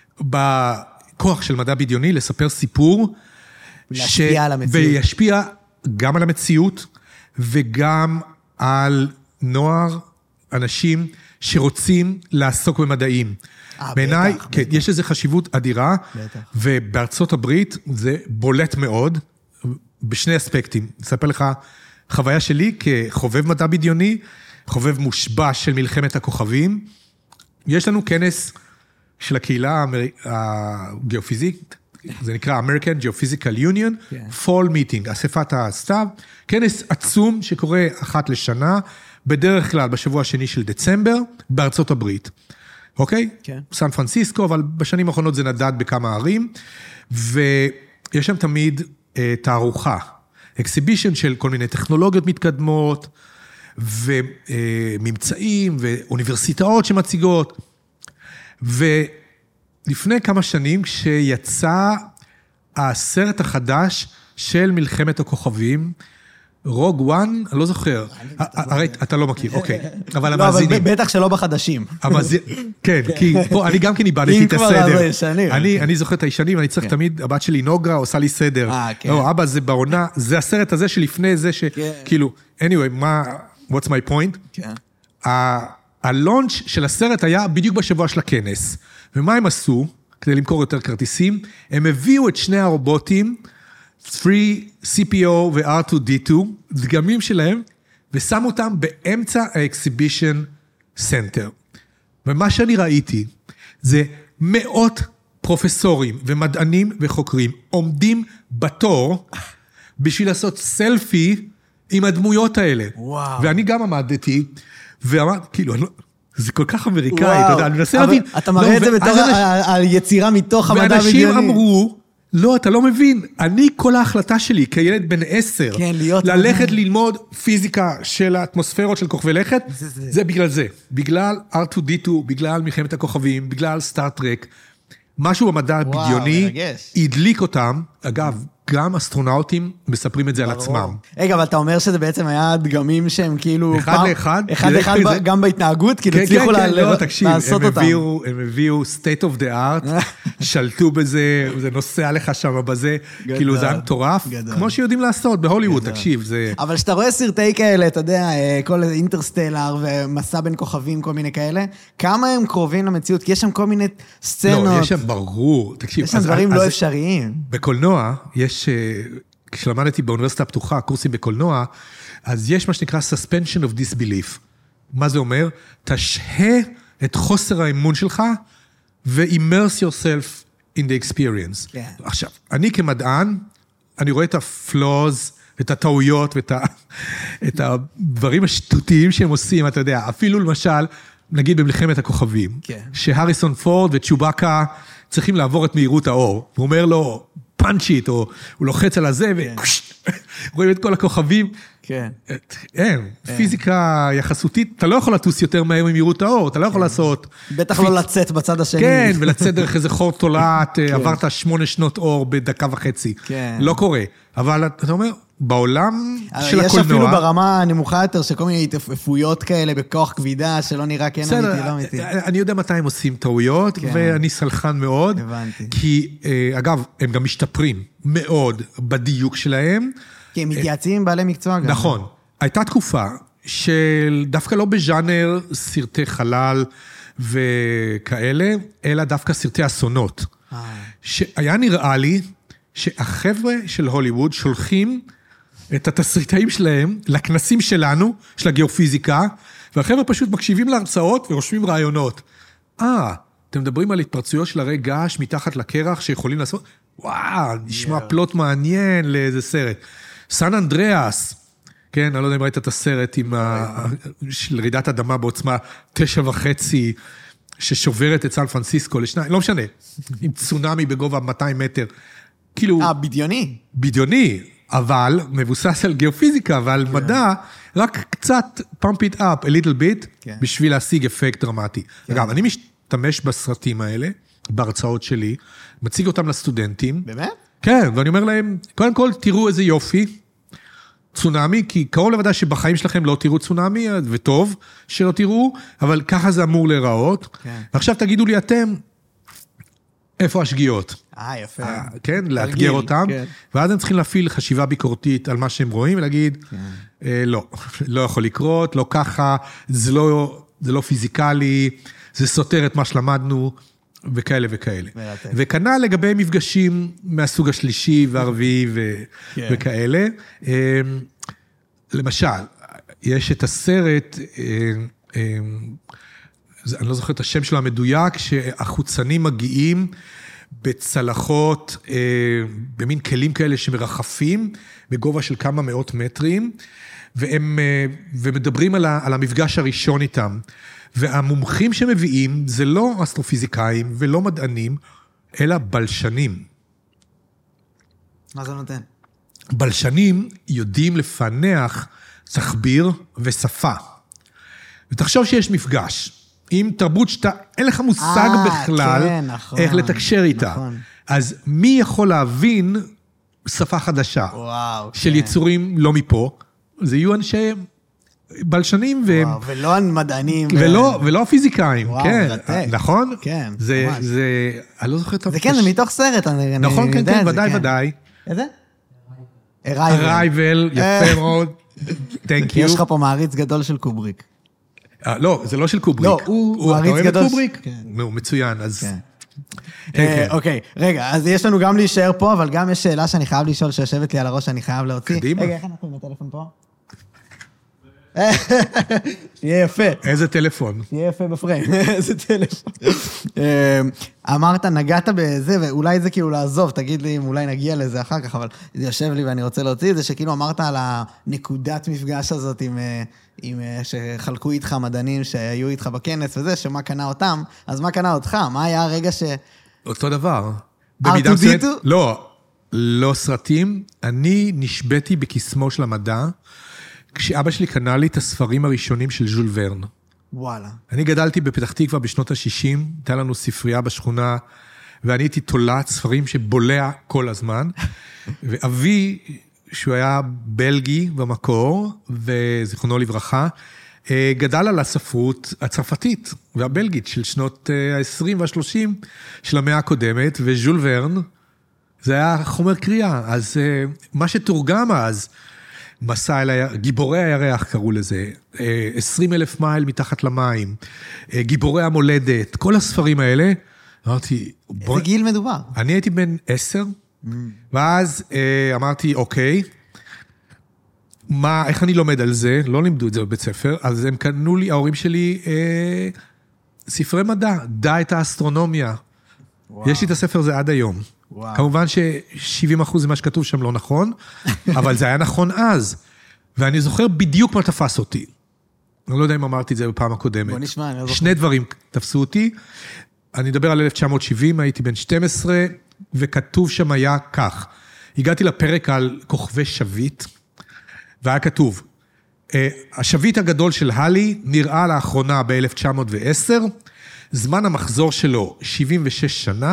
בכוח של מדע בדיוני לספר סיפור. להשפיע על המציאות. וישפיע גם על המציאות, וגם על נוער אנשים שרוצים לעסוק במדעים. בעיניי, כן, יש איזו חשיבות אדירה, ובארצות הברית זה בולט מאוד, בשני אספקטים. אספר לך חוויה שלי כחובב מדע בדיוני, חובב מושבע של מלחמת הכוכבים. יש לנו כנס של הקהילה הגיאופיזיקית, זה נקרא American Geophysical Union, Fall Meeting, אספת הסתיו, כנס עצום שקורה אחת לשנה, בדרך כלל בשבוע השני של דצמבר, בארצות הברית. אוקיי? כן. סן פרנסיסקו, אבל בשנים האחרונות זה נדד בכמה ערים, ויש שם תמיד תערוכה, אקסיבישן של כל מיני טכנולוגיות מתקדמות, וממצאים, ואוניברסיטאות שמציגות, ולפני כמה שנים, כשיצא הסרט החדש של מלחמת הכוכבים, רוג וואן, אני לא זוכר, הרי אתה לא מכיר, אוקיי, אבל המאזינים. לא, אבל בטח שלא בחדשים. כן, כי פה אני גם כן איבדתי את הסדר. אני זוכר את הישנים, אני צריך תמיד, הבת שלי נוגרה עושה לי סדר. לא, אבא זה בעונה, זה הסרט הזה שלפני זה שכאילו, anyway, what's my point? הלונץ' של הסרט היה בדיוק בשבוע של הכנס, ומה הם עשו כדי למכור יותר כרטיסים? הם הביאו את שני הרובוטים, 3CPO ו-R2D2, דגמים שלהם, ושמו אותם באמצע האקסיבישן סנטר. ומה שאני ראיתי, זה מאות פרופסורים ומדענים וחוקרים, עומדים בתור, בשביל לעשות סלפי עם הדמויות האלה. וואו. ואני גם עמדתי, ואמרתי, כאילו, זה כל כך אמריקאי, אתה יודע, אני מנסה להבין. אתה מראה את זה בתור היצירה מתוך המדע בדיוני. ואנשים אמרו, לא, אתה לא מבין. אני, כל ההחלטה שלי, כילד בן 10, כן, להיות ללכת ללמוד פיזיקה של האטמוספירות של כוכבי לכת, זה בגלל זה. בגלל R2D2, בגלל מלחמת הכוכבים, בגלל סטארטרק. משהו במדע הבדיוני הדליק אותם. אגב, גם אסטרונאוטים מספרים את זה על עצמם. רגע, אבל אתה אומר שזה בעצם היה דגמים שהם כאילו... אחד לאחד. אחד לאחד גם בהתנהגות, כאילו הצליחו לעשות אותם. הם הביאו state of the art, שלטו בזה, זה נוסע לך שם בזה, כאילו זה היה מטורף, כמו שיודעים לעשות בהוליווד, תקשיב, זה... אבל שאתה רואה סרטי כאלה, אתה יודע, כל אינטרסטלר ומסע בין כוכבים, כל מיני כאלה, כמה הם קרובים למציאות? כי יש שם כל מיני סצנות. לא, יש שם ברור, תקשיב. יש שם דברים לא אפשריים. בקולנוע, יש, כשלמדתי באוניברסיטה הפתוחה, קורסים בקולנוע, אז יש מה שנקרא suspension of disbelief. מה זה אומר? תשהה את חוסר האמון שלך, ו-immerse yourself in the experience. Yeah. עכשיו, אני כמדען, אני רואה את הפלוז, את הטעויות, את הדברים השטותיים שהם עושים, אתה יודע, אפילו למשל, נגיד במלחמת הכוכבים, שהריסון פורד וצ'ובאקה צריכים לעבור את מהירות האור, הוא אומר לו, פאנצ'יט, או הוא לוחץ על הזה, ורואים את כל הכוכבים. כן. אין, פיזיקה יחסותית, אתה לא יכול לטוס יותר מהר ממהירות האור, אתה לא יכול לעשות... בטח לא לצאת בצד השני. כן, ולצאת דרך איזה חור תולעת, עברת 8 שנות אור בדקה וחצי. לא קורה. אבל אתה אומר, בעולם של הקולנוע... יש אפילו ברמה הנמוכה יותר, שכל מיני התעפפויות כאלה בכוח כבידה, שלא נראה כן אמיתי, לא אמיתי. אני יודע מתי הם עושים טעויות, ואני סלחן מאוד. הבנתי. כי, אגב, הם גם משתפרים מאוד בדיוק שלהם. כי הם מתייעצים עם בעלי מקצוע גם. נכון. הייתה תקופה של דווקא לא בז'אנר סרטי חלל וכאלה, אלא דווקא סרטי אסונות. שהיה נראה לי שהחבר'ה של הוליווד שולחים את התסריטאים שלהם לכנסים שלנו, של הגיאופיזיקה, והחבר'ה פשוט מקשיבים להרצאות ורושמים רעיונות. אתם מדברים על התפרצויות של הרי געש מתחת לקרח שיכולים לעשות? וואו, נשמע פלוט מעניין לאיזה סרט. סן אנדריאס, כן, אני לא יודע אם ראית את הסרט של רעידת אדמה בעוצמה 9.5, ששוברת את סן פרנסיסקו לשניים, לא משנה, עם צונאמי בגובה 200 מטר. כאילו... בדיוני. בדיוני, אבל מבוסס על גיאופיזיקה ועל מדע, רק קצת pump it up a little bit, בשביל להשיג אפקט דרמטי. אגב, אני משתמש בסרטים האלה, בהרצאות שלי, מציג אותם לסטודנטים. באמת? כן, ואני אומר להם, קודם כל, תראו איזה יופי, צונאמי, כי קרוב לוודאי שבחיים שלכם לא תראו צונאמי, וטוב שלא תראו, אבל ככה זה אמור להיראות. ועכשיו תגידו לי אתם, איפה השגיאות? יפה. כן, לאתגר אותם, ואז הם צריכים להפעיל חשיבה ביקורתית על מה שהם רואים, ולהגיד, לא, לא יכול לקרות, לא ככה, זה לא פיזיקלי, זה סותר את מה שלמדנו, וכאלה וכאלה. וכנ"ל לגבי מפגשים מהסוג השלישי והרביעי וכאלה. למשל, יש את הסרט, אני לא זוכר את השם שלו המדויק, שהחוצנים מגיעים בצלחות, במין כלים כאלה שמרחפים, בגובה של כמה מאות מטרים, ומדברים על המפגש הראשון איתם. והמומחים שמביאים זה לא אסטרופיזיקאים ולא מדענים, אלא בלשנים. מה זה נותן? בלשנים יודעים לפענח תחביר ושפה. ותחשוב שיש מפגש עם תרבות שאתה, אין לך מושג בכלל כן, נכון, איך לתקשר איתה. נכון. אז מי יכול להבין שפה חדשה של יצורים לא מפה? זה יהיו אנשי בלשנים ולא המדענים. ולא הפיזיקאים, כן. נכון? כן, ממש. אני לא זוכר את זה כן, זה מתוך סרט. נכון, כן, כן, ודאי. איזה? Arrival, יפה מאוד. Thank you. יש לך פה מעריץ גדול של קובריק. לא, זה לא של קובריק. לא, הוא מעריץ גדול. אתה אוהב את קובריק? נו, מצוין, אז... אוקיי, רגע, אז יש לנו גם להישאר פה, אבל גם יש שאלה שאני חייב לשאול, שיושבת לי על הראש, שאני חייב להוציא. קדימה. רגע, איך אנחנו עם הטלפון פה? יהיה יפה. איזה טלפון? יהיה יפה בפריים, איזה טלפון. אמרת, נגעת בזה, ואולי זה כאילו לעזוב, תגיד לי אם אולי נגיע לזה אחר כך, אבל זה יושב לי ואני רוצה להוציא את זה, שכאילו אמרת על הנקודת מפגש הזאת עם שחלקו איתך מדענים שהיו איתך בכנס וזה, שמה קנה אותם, אז מה קנה אותך? מה היה הרגע ש... אותו דבר. במידה מסוימת, לא סרטים, אני נשבתי בקסמו של המדע, כשאבא שלי קנה לי את הספרים הראשונים של ז'ול ורן. וואלה. אני גדלתי בפתח תקווה בשנות ה-60, הייתה לנו ספרייה בשכונה, ואני הייתי תולעת ספרים שבולע כל הזמן, ואבי, שהוא היה בלגי במקור, וזיכרונו לברכה, גדל על הספרות הצרפתית והבלגית של שנות ה-20 וה-30 של המאה הקודמת, וז'ול ורן, זה היה חומר קריאה, אז מה שתורגם אז, מסע אל הירח, גיבורי הירח קראו לזה, 20,000 מייל מתחת למים, גיבורי המולדת, כל הספרים האלה, אמרתי, איזה גיל מדובר? אני הייתי בן 10, ואז אמרתי, אוקיי, איך אני לומד על זה? לא לימדו את זה בבית ספר, אז הם קנו לי, ההורים שלי, ספרי מדע, דע את האסטרונומיה. יש לי את הספר הזה עד היום. כמובן ש70% ממה שכתוב שם לא נכון, אבל זה היה נכון אז. ואני זוכר בדיוק מה תפס אותי. אני לא יודע אם אמרתי את זה בפעם הקודמת. בוא נשמע, אני לא זוכר. שני דברים תפסו אותי. אני אדבר על 1970, הייתי בן 12, וכתוב שם היה כך. הגעתי לפרק על כוכבי שביט, והיה כתוב, השביט הגדול של הלי נראה לאחרונה ב-1910, זמן המחזור שלו 76 שנה,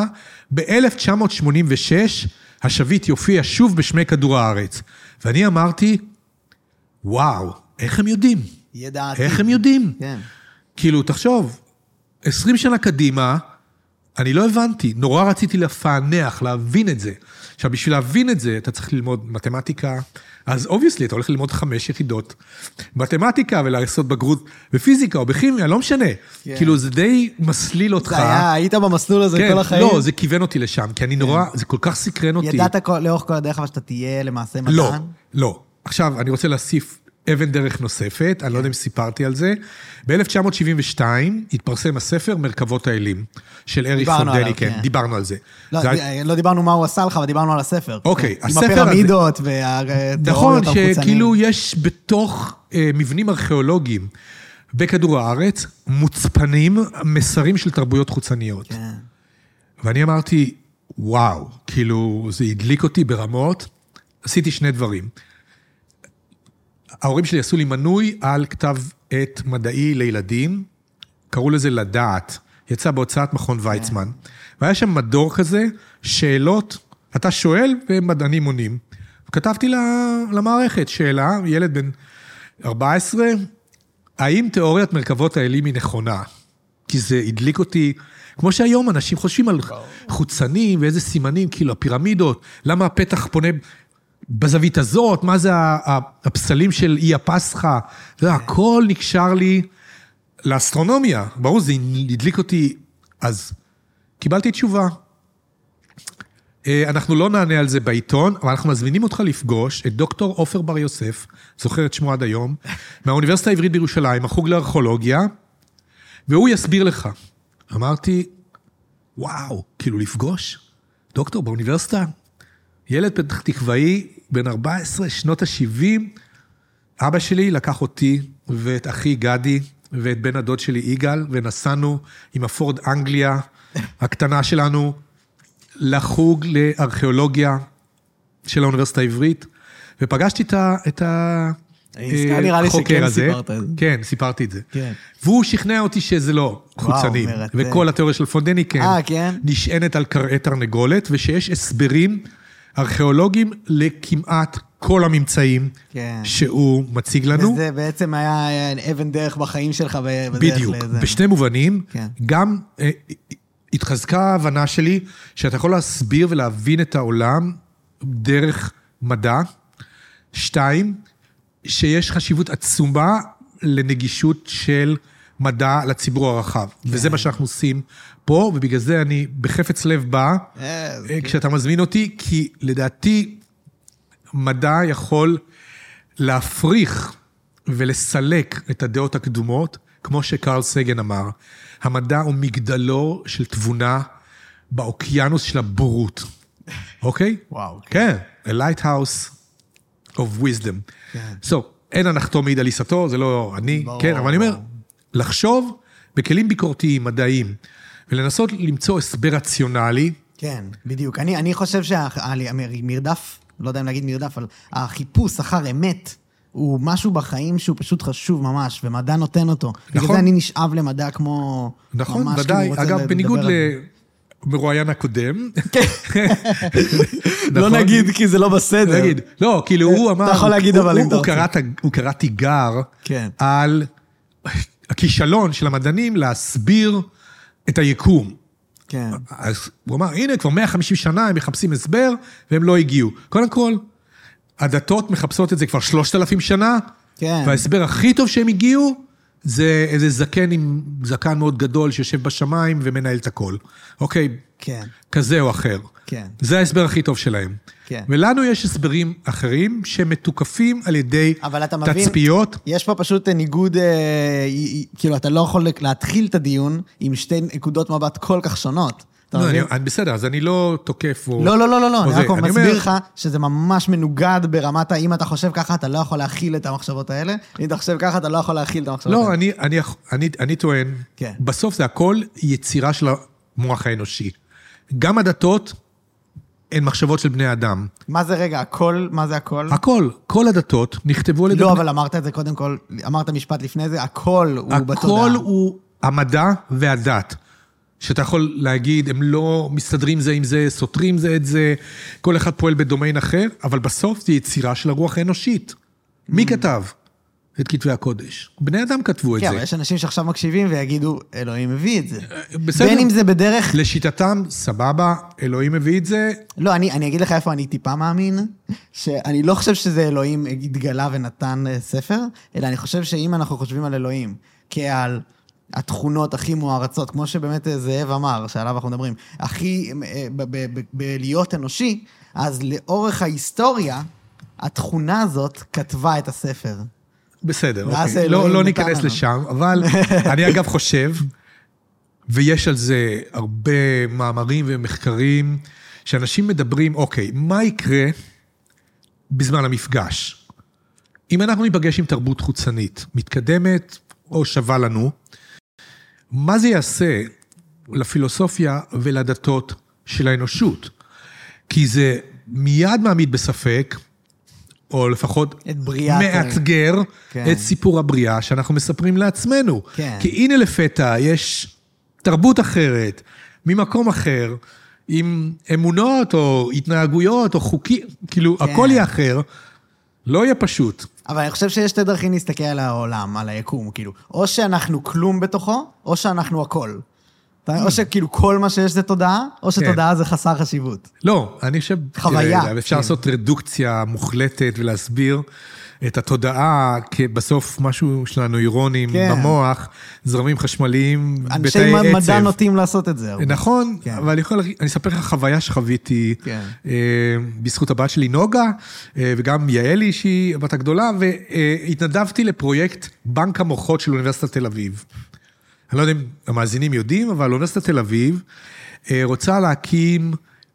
ב-1986 השביט יופיע שוב בשמי כדור הארץ. ואני אמרתי, וואו, איך הם יודעים? ידעתי. איך הם יודעים? כן. כאילו, תחשוב, 20 שנה קדימה, אני לא הבנתי, נורא רציתי לפענח, להבין את זה. עכשיו, בשביל להבין את זה, אתה צריך ללמוד מתמטיקה, אז obviously, אתה הולך ללמוד 5 יחידות מתמטיקה, ולעשות בגרות בפיזיקה או בכימיה, לא משנה. כאילו, זה די מסליל אותך. זה היה, היית במסלול הזה כל החיים? לא, זה כיוון אותי לשם, כי אני נורא, זה כל כך סקרן אותי. ידעת לאורך כל הדרך, אבל שאתה תהיה למעשה מדען? לא, לא. עכשיו, אני רוצה להוסיף אבן דרך נוספת, אני לא יודע אם סיפרתי על זה. ב-1972 התפרסם הספר מרכבות האלים, של אריק פונדני, כן, דיברנו על זה. לא דיברנו מה הוא עשה לך, אבל דיברנו על הספר. אוקיי, הספר הזה. עם הפירמידות והתיאוריות נכון, החוצניים. שכאילו יש בתוך מבנים ארכיאולוגיים בכדור הארץ, מוצפנים מסרים של תרבויות חוצניות. כן. ואני אמרתי, וואו, כאילו זה הדליק אותי ברמות, עשיתי שני דברים. ההורים שלי עשו לי מנוי על כתב עת מדעי לילדים, קראו לזה לדעת, יצא בהוצאת מכון ויצמן, והיה שם מדור כזה, שאלות, אתה שואל ומדענים עונים. וכתבתי למערכת שאלה, ילד בן 14, האם תיאוריית מרכבות האלים היא נכונה? כי זה הדליק אותי, כמו שהיום אנשים חושבים על חוצנים ואיזה סימנים, כאילו הפירמידות, למה הפתח פונה בזווית הזאת, מה זה הפסלים של אי הפסחה, זה הכל נקשר לי לאסטרונומיה, ברור, זה הדליק אותי, אז קיבלתי תשובה. אנחנו לא נענה על זה בעיתון, אבל אנחנו מזמינים אותך לפגוש את דוקטור עופר בר יוסף, זוכר את שמו עד היום, מהאוניברסיטה העברית בירושלים, החוג לארכיאולוגיה, והוא יסביר לך. אמרתי, וואו, כאילו לפגוש דוקטור באוניברסיטה, ילד פתח תקוואי, בן 14, שנות ה-70, אבא שלי לקח אותי ואת אחי גדי ואת בן הדוד שלי יגאל, ונסענו עם הפורד אנגליה הקטנה שלנו לחוג לארכיאולוגיה של האוניברסיטה העברית, ופגשתי את החוקר הזה. כן, סיפרתי את זה. והוא שכנע אותי שזה לא חוצנים, וכל התיאוריה של פונדני נשענת על קרעי תרנגולת, ושיש הסברים ארכיאולוגיים לכמעט כל הממצאים שהוא מציג לנו. וזה בעצם היה אבן דרך בחיים שלך בדיוק, בשני מובנים, גם התחזקה ההבנה שלי שאתה יכול להסביר ולהבין את העולם דרך מדע. 2, שיש חשיבות עצומה לנגישות של מדע לציבור הרחב. וזה מה שאנחנו עושים פה, ובגלל זה אני בחפץ לב בא, כשאתה מזמין אותי, כי לדעתי מדע יכול להפריך ולסלק את הדעות הקדומות, כמו שקרל סגן אמר. המדע הוא מגדלו של תבונה באוקיינוס של הבורות. אוקיי? וואו. כן, a lighthouse of wisdom. So, אין הנחתום מעיד על עיסתו, זה לא אני, כן, אבל אני אומר, לחשוב בכלים ביקורתיים, מדעיים, ולנסות למצוא הסבר רציונלי, כן, בדיוק. אני חושב שהמרדף, לא יודע אם להגיד מרדף, אבל החיפוש אחר אמת, הוא משהו בחיים שהוא פשוט חשוב ממש, ומדע נותן אותו. נכון. בגלל זה אני נשאב למדע כמו... נכון, ודאי. אגב, בניגוד למרואיין הקודם. לא נגיד, כי זה לא בסדר. לא, כאילו הוא אמר... אתה יכול להגיד, אבל אם אתה רוצה. הוא קרא תיגר על הכישלון של המדענים להסביר את היקום. כן. אז הוא אמר, הנה, כבר 150 שנה הם מחפשים הסבר, והם לא הגיעו. קודם כל, הדתות מחפשות את זה כבר 3,000 שנה, כן. וההסבר הכי טוב שהם הגיעו, זה איזה זקן עם זקן מאוד גדול שיושב בשמיים ומנהל את הכל. אוקיי? כן. כזה או אחר. כן. זה ההסבר הכי טוב שלהם. כן. ולנו יש הסברים אחרים שמתוקפים על ידי תצפיות. יש פה פשוט ניגוד, כאילו אתה לא יכול להתחיל את הדיון עם שתי נקודות מבט כל כך שונות. בסדר, אז אני לא תוקף. לא, אני רק מסביר לך שזה ממש מנוגד ברמת, אם אתה חושב ככה, אתה לא יכול להכיל את המחשבות האלה, אם אתה חושב ככה, אתה לא יכול להכיל את המחשבות האלה. לא, אני טוען, בסוף זה הכל יצירה של המוח האנושי. גם הדתות הן מחשבות של בני אדם. מה זה רגע, הכל? מה זה הכל? הכל, כל הדתות נכתבו על ידי... לא, אבל אמרת את זה קודם כל, אמרת משפט לפני זה, הכל הוא בתודעה. הכל הוא המדע והדת. שאתה יכול להגיד, הם לא מסתדרים זה עם זה, סותרים זה את זה, כל אחד פועל בדומיין אחר, אבל בסוף זה יצירה של הרוח האנושית. מי כתב את כתבי הקודש? בני אדם כתבו את זה. כן, אבל יש אנשים שעכשיו מקשיבים ויגידו, אלוהים מביא את זה. בסדר. בין אם זה בדרך... לשיטתם, סבבה, אלוהים מביא את זה. לא, אני אגיד לך איפה אני טיפה מאמין, שאני לא חושב שזה אלוהים התגלה ונתן ספר, אלא אני חושב שאם אנחנו חושבים על אלוהים, כעל... התכונות הכי מוערצות, כמו שבאמת זאב אמר, שעליו אנחנו מדברים, הכי בלהיות אנושי, אז לאורך ההיסטוריה, התכונה הזאת כתבה את הספר. בסדר, אוקיי. לא ניכנס לשם, אבל אני אגב חושב, ויש על זה הרבה מאמרים ומחקרים, שאנשים מדברים, אוקיי, מה יקרה בזמן המפגש? אם אנחנו ניפגש עם תרבות חוצנית, מתקדמת או שווה לנו, מה זה יעשה לפילוסופיה ולדתות של האנושות? כי זה מיד מעמיד בספק, או לפחות מאתגר את סיפור הבריאה שאנחנו מספרים לעצמנו. כי הנה לפתע יש תרבות אחרת, ממקום אחר, עם אמונות או התנהגויות או חוקים, כאילו הכל יהיה אחר, לא יהיה פשוט. אבל אני חושב שיש שתי דרכים להסתכל על העולם, על היקום, כאילו. או שאנחנו כלום בתוכו, או שאנחנו הכל. או שכאילו כל מה שיש זה תודעה, או שתודעה זה חסר חשיבות. לא, אני חושב... חוויה. אפשר לעשות רדוקציה מוחלטת ולהסביר את התודעה כבסוף משהו של הנוירונים במוח, זרמים חשמליים בתאי עצב. אנשי מדע נוטים לעשות את זה. נכון, אבל אני אספר לך חוויה שחוויתי בזכות הבת שלי נוגה, וגם יעלי שהיא הבת הגדולה, והתנדבתי לפרויקט בנק המוחות של אוניברסיטת תל אביב. אני לא יודע אם המאזינים יודעים, אבל אוניברסיטת תל אביב רוצה להקים,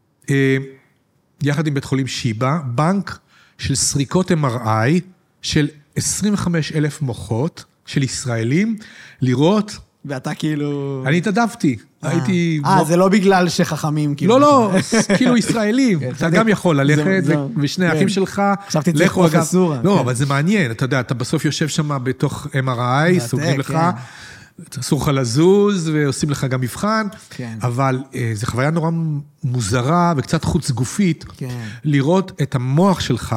יחד עם בית חולים שיבא, בנק של סריקות MRI של 25,000 מוחות של ישראלים, לראות... ואתה כאילו... אני התנדבתי, הייתי... זה לא בגלל שחכמים כאילו... לא, כאילו ישראלים, אתה גם יכול ללכת, ושני האחים שלך... חשבתי צריך פרופסורה. לא, אבל זה מעניין, אתה יודע, אתה בסוף יושב שם בתוך MRI, סוגרים לך... אסור לך לזוז, ועושים לך גם מבחן, אבל זו חוויה נורא מוזרה, וקצת חוץ גופית, לראות את המוח שלך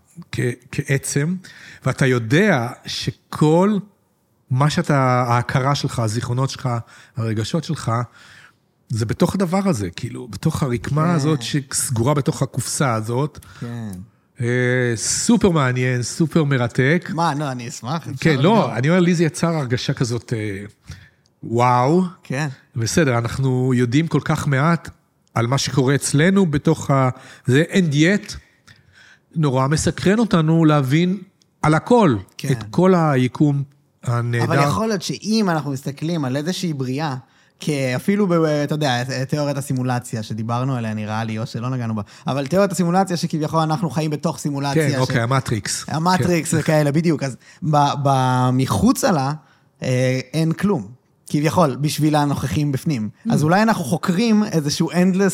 כעצם, ואתה יודע שכל מה שאתה, ההכרה שלך, הזיכרונות שלך, הרגשות שלך, זה בתוך הדבר הזה, כאילו, בתוך הרקמה הזאת, שסגורה בתוך הקופסה הזאת, סופר מעניין, סופר מרתק. מה, לא, אני אשמח. כן, לא, אני אומר, לי זה יצר הרגשה כזאת, וואו. כן. בסדר, אנחנו יודעים כל כך מעט על מה שקורה אצלנו בתוך זה, אין דיאט, נורא מסקרן אותנו להבין על הכל, את כל היקום הנהדר. אבל יכול להיות שאם אנחנו מסתכלים על איזושהי בריאה, אפילו, אתה יודע, תיאוריית הסימולציה שדיברנו עליה נראה לי, או שלא נגענו בה, אבל תיאוריית הסימולציה שכביכול אנחנו חיים בתוך סימולציה. כן, אוקיי, המטריקס. המטריקס וכאלה, בדיוק. אז מחוץ עלה, אין כלום. כביכול, בשביל הנוכחים בפנים. אז אולי אנחנו חוקרים איזשהו endless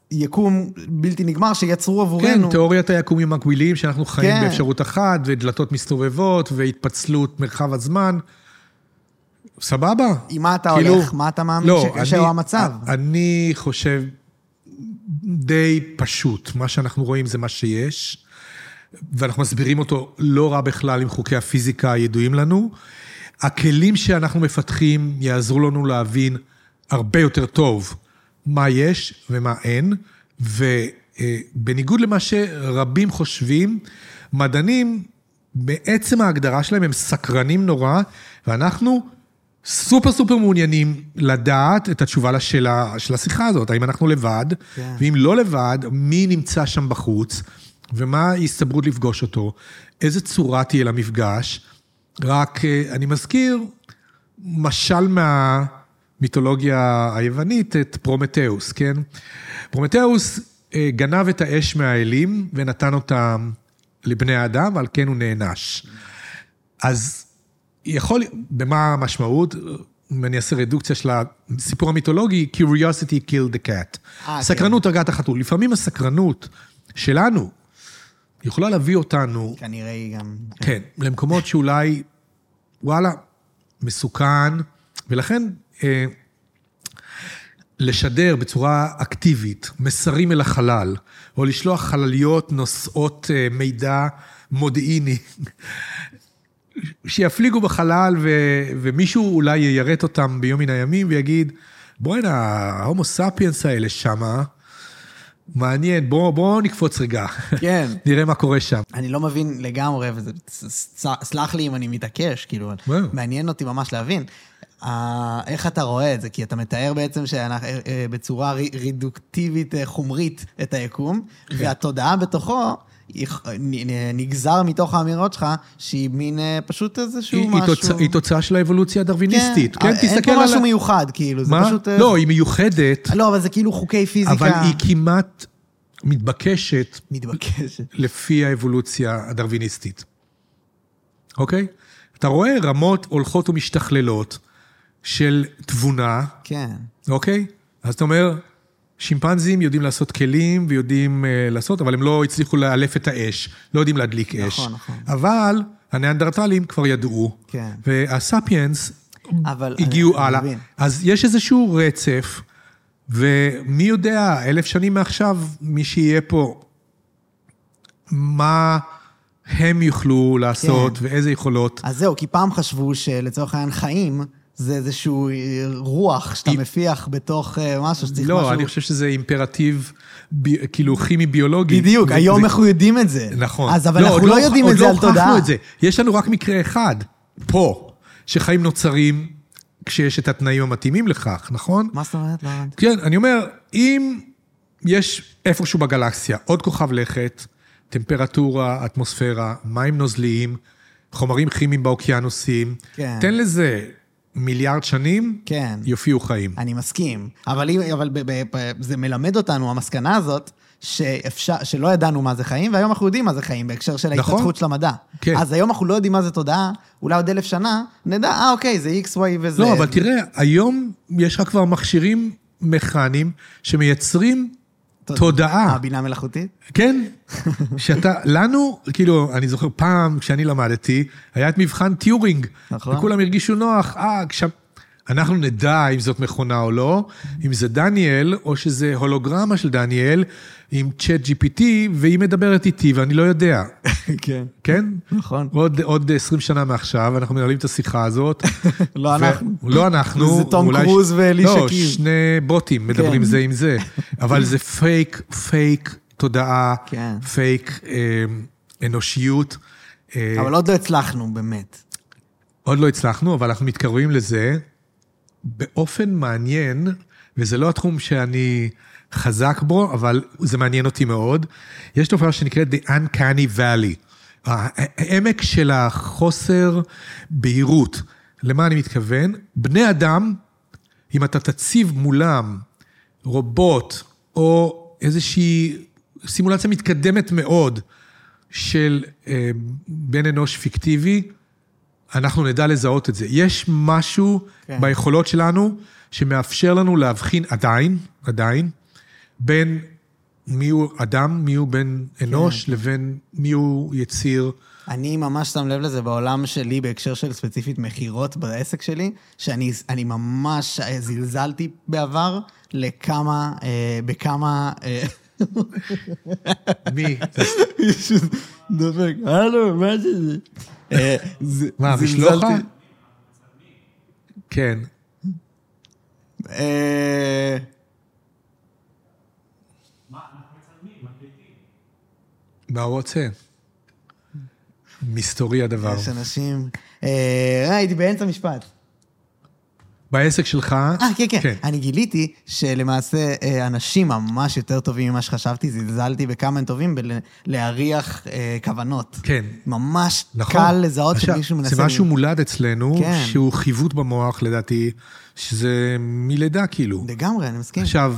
יקום בלתי נגמר שיצרו עבורנו. כן, תיאוריית היקומים המקבילים, שאנחנו חיים באפשרות אחת, ודלתות מסתובבות, והתפצלות מרחב הזמן. סבבה. עם מה אתה הולך? מה אתה מאמין שקשה המצב? אני חושב די פשוט. מה שאנחנו רואים זה מה שיש, ואנחנו מסבירים אותו לא רע בכלל עם חוקי הפיזיקה הידועים לנו. הכלים שאנחנו מפתחים יעזרו לנו להבין הרבה יותר טוב מה יש ומה אין, ובניגוד למה שרבים חושבים, מדענים, בעצם ההגדרה שלהם הם סקרנים נורא, ואנחנו סופר סופר מעוניינים לדעת את התשובה לשאלה של השיחה הזאת, האם אנחנו לבד, ואם לא לבד, מי נמצא שם בחוץ, ומה ההסתברות לפגוש אותו, איזה צורה תהיה למפגש, רק אני מזכיר, משל מהמיתולוגיה היוונית, את פרומטאוס, כן? פרומטאוס גנב את האש מהאלים, ונתן אותם לבני האדם, ועל כן הוא נענש. אז יכול, במה המשמעות, אם אני אעשה רדוקציה של הסיפור המיתולוגי, curiosity killed the cat. סקרנות הרגה את החתול. לפעמים הסקרנות שלנו, יכולה להביא אותנו, כנראה היא גם... כן, למקומות שאולי, וואלה, מסוכן, ולכן לשדר בצורה אקטיבית, מסרים אל החלל, או לשלוח חלליות נושאות מידע מודיעיני, שיפליגו בחלל, ומישהו אולי יירט אותם ביום מן הימים, ויגיד, בואי נה, ההומו ספיאנס האלה שמה, מעניין, בוא נקפוץ רגע. כן. נראה מה קורה שם. אני לא מבין לגמרי, סלח לי אם אני מתעקש, כאילו, מעניין אותי ממש להבין. איך אתה רואה את זה? כי אתה מתאר בעצם בצורה רידוקטיבית חומרית את היקום, והתודעה בתוכו נגזר מתוך האמירות שלך, שהיא מין פשוט איזשהו משהו... היא תוצאה של האבולוציה הדרוויניסטית. כן, אין פה משהו מיוחד, כאילו, זה פשוט... לא, היא מיוחדת. לא, אבל זה כאילו חוקי פיזיקה. אבל היא כמעט מתבקשת. לפי האבולוציה הדרוויניסטית. אוקיי? אתה רואה רמות הולכות ומשתכללות של תבונה. כן. אוקיי? אז אתה אומר... שימפנזים יודעים לעשות כלים ויודעים לעשות, אבל הם לא הצליחו לאלף את האש, לא יודעים להדליק אש. נכון, נכון. אבל הניאנדרטלים כבר ידעו, כן. והספיאנס הגיעו הלאה. אז יש איזשהו רצף, ומי יודע, 1000 שנים מעכשיו, מי שיהיה פה, מה הם יוכלו לעשות, כן. ואיזה יכולות. אז זהו, כי פעם חשבו שלצורך העניין חיים, זה איזשהו רוח שאתה מפיח בתוך משהו שצריך משהו... לא, אני חושב שזה אימפרטיב, כאילו כימי-ביולוגי. בדיוק, היום אנחנו יודעים את זה. נכון. אז אבל אנחנו לא יודעים את זה על תודעה. עוד לא הוכחנו את זה. יש לנו רק מקרה אחד, פה, שחיים נוצרים כשיש את התנאים המתאימים לכך, נכון? מה זאת אומרת? כן, אני אומר, אם יש איפשהו בגלקסיה עוד כוכב לכת, טמפרטורה, אטמוספירה, מים נוזליים, חומרים כימיים באוקיינוסים, תן לזה... מיליארד שנים, כן. יופיעו חיים. אני מסכים. אבל זה מלמד אותנו, המסקנה הזאת, שלא ידענו מה זה חיים, והיום אנחנו יודעים מה זה חיים, בהקשר של ההתפתחות של המדע. כן. אז היום אנחנו לא יודעים מה זה תודעה, אולי עוד 1000 שנה, נדע, אוקיי, זה X, Y וזה... לא, אבל תראה, היום יש לך כבר מכשירים מכניים, שמייצרים תודעה. הבינה מלאכותית? כן. לנו, כאילו, אני זוכר פעם, כשאני למדתי, היה את מבחן טיורינג. נכון. וכולם הרגישו נוח, אנחנו נדע אם זאת מכונה או לא, אם זה דניאל, או שזה הולוגרמה של דניאל, עם צ'אט GPT, והיא מדברת איתי, ואני לא יודע. כן. כן? נכון. עוד 20 שנה מעכשיו, אנחנו מנהלים את השיחה הזאת. לא אנחנו. לא אנחנו. זה תום קרוז ואלישה קיז. לא, שני בוטים מדברים זה עם זה. אבל זה פייק תודעה, פייק אנושיות. אבל עוד לא הצלחנו, באמת. עוד לא הצלחנו, אבל אנחנו מתקרבים לזה באופן מעניין, וזה לא התחום שאני חזק בו, אבל זה מעניין אותי מאוד. יש תופעה שנקראת The Uncanny Valley, העמק של החוסר בהירות. למה אני מתכוון? בני אדם, אם אתה תציב מולם רובוט, או איזושהי סימולציה מתקדמת מאוד של בן אנוש פיקטיבי, אנחנו נדע לזהות את זה. יש משהו ביכולות שלנו שמאפשר לנו להבחין עדיין, בין מי הוא אדם, מי הוא בן אנוש, לבין מי הוא יציר. אני ממש שם לב לזה בעולם שלי, בהקשר של ספציפית מחירות בעסק שלי, שאני ממש זלזלתי בעבר בכמה... מי? דופק, הלו, מה זה? מה, משלוחה? כן. מה הוא רוצה? מסתורי הדבר. יש אנשים... הייתי באמצע משפט. בעסק שלך... כן. אני גיליתי שלמעשה אנשים ממש יותר טובים ממה שחשבתי, זלזלתי בכמה הם טובים בלהריח כוונות. כן. ממש קל לזהות שמישהו מנסה... זה משהו מולד אצלנו, שהוא חיווט במוח, לדעתי, שזה מלידה כאילו. לגמרי, אני מסכים. עכשיו,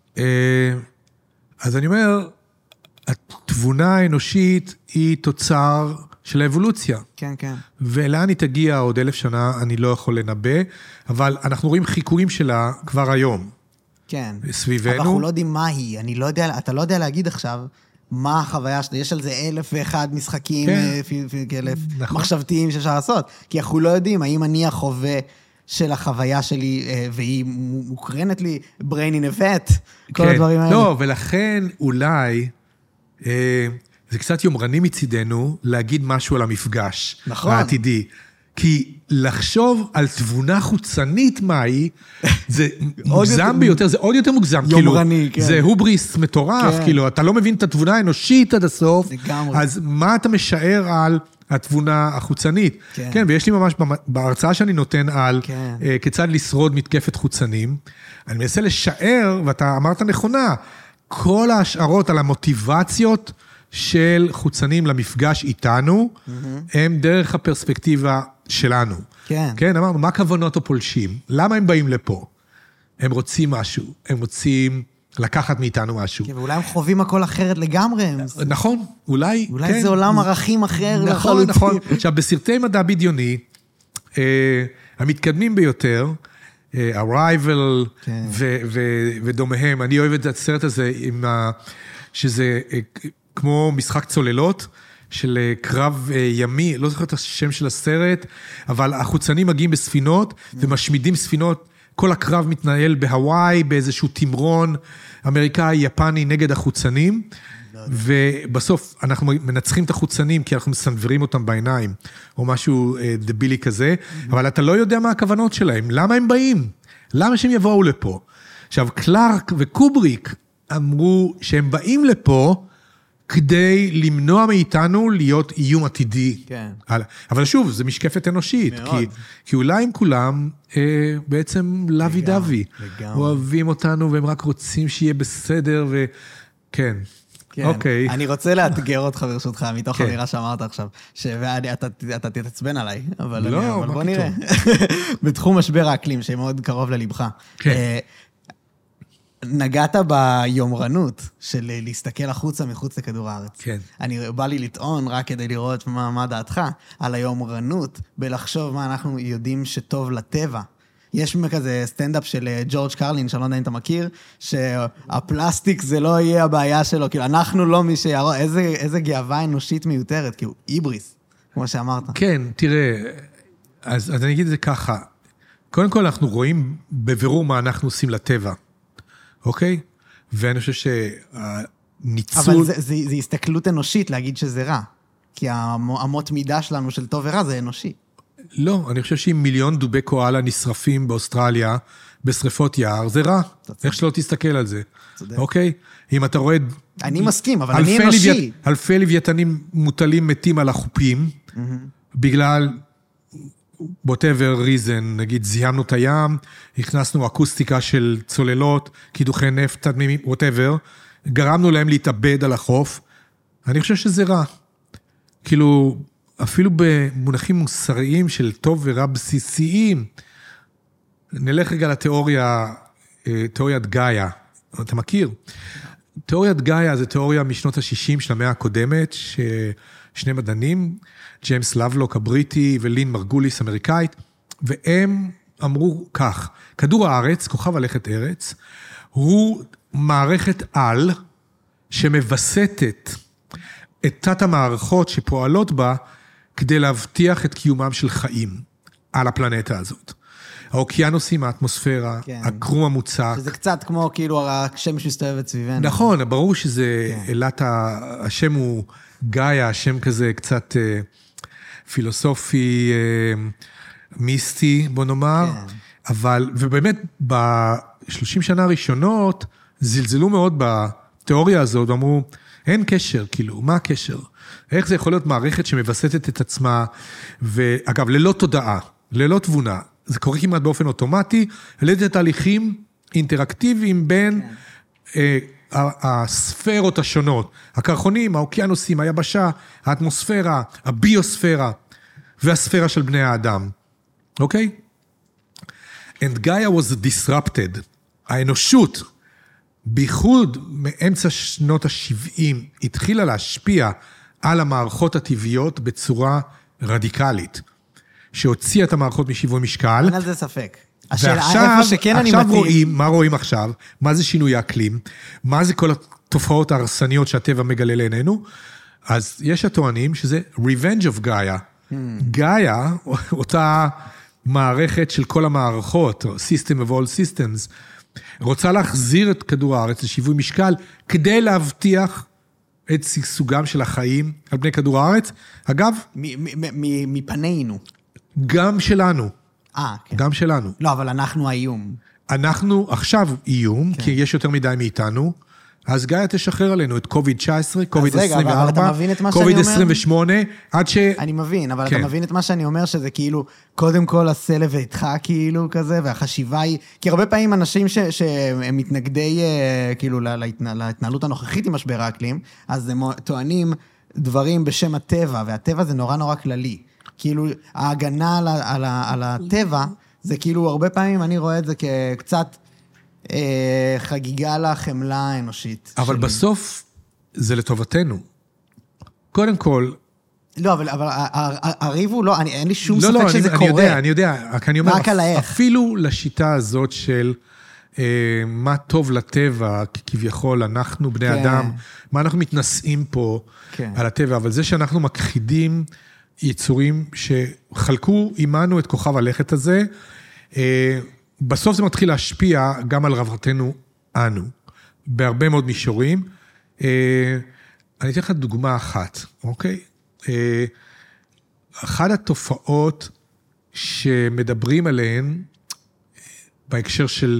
אז אני אומר, התבונה האנושית היא תוצר של האבולוציה. כן, כן. ולאן היא תגיע עוד 1000 שנה, אני לא יכול לנבא, אבל אנחנו רואים חיקויים שלה כבר היום. כן. סביבנו. אבל אנחנו לא יודעים מה היא. אתה לא יודע להגיד עכשיו מה החוויה שלה. יש על זה 1001 משחקים, כן. מחשבתיים שאפשר לעשות. כי אנחנו לא יודעים האם אני החווה של החוויה שלי, והיא מוקרנת לי, brain in a vat, כל הדברים האלה. לא, ולכן אולי... זה קצת יומרני מצידנו להגיד משהו על המפגש העתידי. כי לחשוב על תבונה חוצנית מהי, זה מוגזם ביותר, זה עוד יותר מוגזם. יומרני, כן. זה הובריס מטורף, כאילו, אתה לא מבין את התבונה האנושית עד הסוף, אז מה אתה משער על התבונה החוצנית? כן, ויש לי ממש בהרצאה שאני נותן על כיצד לשרוד מתקפת חוצנים, אני מנסה לשער, ואתה אמרת נכונה, כל ההשערות על המוטיבציות של חוצנים למפגש איתנו, הם דרך הפרספקטיבה שלנו. כן. כן, אמרנו, מה כוונות הפולשים? למה הם באים לפה? הם רוצים משהו, הם רוצים לקחת מאיתנו משהו. כן, ואולי הם חווים הכל אחרת לגמרי. נכון, אולי כן. זה עולם ערכים אחר. נכון. עכשיו, בסרטי מדע בדיוני, המתקדמים ביותר, Arrival ודומיהם, אני אוהב את הסרט הזה, שזה כמו משחק צוללות, של קרב ימי, לא זוכר את השם של הסרט, אבל החוצנים מגיעים בספינות, ומשמידים ספינות, כל הקרב מתנהל בהוואי, באיזשהו תמרון אמריקאי, יפני, נגד החוצנים, ובסוף אנחנו מנצחים את החוצנים, כי אנחנו מסנברים אותם בעיניים, או משהו דבילי כזה, אבל אתה לא יודע מה הכוונות שלהם, למה הם באים? למה שהם יבואו לפה? עכשיו, קלארק וקובריק אמרו שהם באים לפה, כדי למנוע מאיתנו להיות איום עתידי. כן. אבל שוב, זה משקפת אנושית, כי אולי הם כולם בעצם לוי דווי. אוהבים אותנו, והם רק רוצים שיהיה בסדר, וכן. אוקיי. אני רוצה לאתגר אותך ברשותך, מתוך אמירה שאמרת עכשיו, שאתה תתעצבן עליי, אבל בוא נראה. בתחום משבר האקלים, שמאוד קרוב ללבך. כן. נגעת ביומרנות של להסתכל החוצה מחוץ לכדור הארץ. כן. בא לי לטעון רק כדי לראות מה דעתך על היומרנות, בלחשוב מה אנחנו יודעים שטוב לטבע. יש כזה סטנדאפ של ג'ורג' קרלין, שאני לא יודע אם אתה מכיר, שהפלסטיק זה לא יהיה הבעיה שלו, כאילו אנחנו לא מי שיערוך, איזה גאווה אנושית מיותרת, כאילו איבריס, כמו שאמרת. כן, תראה, אז אני אגיד את זה ככה, קודם כל אנחנו רואים בבירור מה אנחנו עושים לטבע. אוקיי? ואני חושב שהניצול... אבל זה הסתכלות אנושית להגיד שזה רע. כי האמות מידה שלנו של טוב ורע זה אנושי. לא, אני חושב שאם 1,000,000 דובי קואלה נשרפים באוסטרליה, בשריפות יער, זה רע. איך שלא תסתכל על זה. אוקיי? אם אתה רואה... אני מסכים, אבל אני אנושי. אלפי לוויתנים מוטלים מתים על החופים, בגלל... whatever reason, נגיד זיהמנו את הים, הכנסנו אקוסטיקה של צוללות, קידוחי נפט, תדמימים, whatever, גרמנו להם להתאבד על החוף, אני חושב שזה רע. כאילו, אפילו במונחים מוסריים של טוב ורע בסיסיים, נלך רגע לתיאוריה, תיאוריית גאיה, אתה מכיר? תיאוריית גאיה זה תיאוריה משנות ה-60 של המאה הקודמת, שני מדענים, ג'יימס לבלוק הבריטי ולין מרגוליס אמריקאית, והם אמרו כך, כדור הארץ, כוכב הלכת ארץ, הוא מערכת על שמבסטת את תת המערכות שפועלות בה, כדי להבטיח את קיומם של חיים על הפלנטה הזאת. האוקיינוסים, האטמוספירה, הקרום המוצק. שזה קצת כמו כאילו השמש מסתובבת סביבנו. נכון, ברור שזה, אלת השם הוא גאיה, השם כזה קצת פילוסופי, מיסטי, בוא נאמר, אבל, ובאמת, ב-30 שנה הראשונות, זלזלו מאוד בתיאוריה הזאת, ואמרו, אין קשר, כאילו, מה הקשר? איך זה יכול להיות מערכת שמבסטת את עצמה, ואגב, ללא תודעה, ללא תבונה, זה קורה כמעט באופן אוטומטי, על ידי תהליכים אינטראקטיביים בין הספרות השונות, הקרחונים, האוקיינוסים, היבשה, האטמוספירה, הביוספירה, והספירה של בני האדם. אוקיי? And Gaia was disrupted. האנושות, בייחוד מאמצע שנות ה-70, התחילה להשפיע על המערכות הטבעיות בצורה רדיקלית, שהוציאה את המערכות משיווי משקל. אין על זה ספק. עכשיו רואים, מה רואים עכשיו? מה זה שינוי האקלים? מה זה כל התופעות ההרסניות שהטבע מגלה לעינינו? אז יש הטוענים שזה Revenge of Gaia. גאיה, אותה מערכת של כל המערכות, System of all systems, רוצה להחזיר את כדור הארץ לשיווי משקל, כדי להבטיח את סגסוגם של החיים על בני כדור הארץ. אגב, מפנינו. גם שלנו. כן. גם שלנו. לא, אבל אנחנו האיום. אנחנו עכשיו איום, כי יש יותר מדי מאיתנו, אז גאיה תשחרר עלינו את COVID-19, COVID-24, COVID-28, עד ש... אני מבין, אבל אתה מבין את מה שאני אומר, שזה כאילו, קודם כל עשה לביתך כאילו כזה, והחשיבה היא, כי הרבה פעמים אנשים שהם מתנגדי, כאילו, להתנהלות הנוכחית עם משבר האקלים, אז הם טוענים דברים בשם הטבע, והטבע זה נורא נורא כללי. כאילו, ההגנה על הטבע, זה כאילו, הרבה פעמים אני רואה את זה כקצת... חגיגה לחמלה האנושית. אבל בסוף זה לטובתנו. קודם כל... לא, אבל הריב הוא לא, אין לי שום ספק שזה קורה. אני יודע, אני אומר, אפילו לשיטה הזאת של מה טוב לטבע, כביכול אנחנו בני אדם, מה אנחנו מתנשאים פה על הטבע, אבל זה שאנחנו מכחידים יצורים שחלקו עימנו את כוכב הלכת הזה, בסוף זה מתחיל להשפיע גם על רווחתנו אנו, בהרבה מאוד מישורים. אני אתן לך דוגמה אחת, אוקיי? אחת התופעות שמדברים עליהן, בהקשר של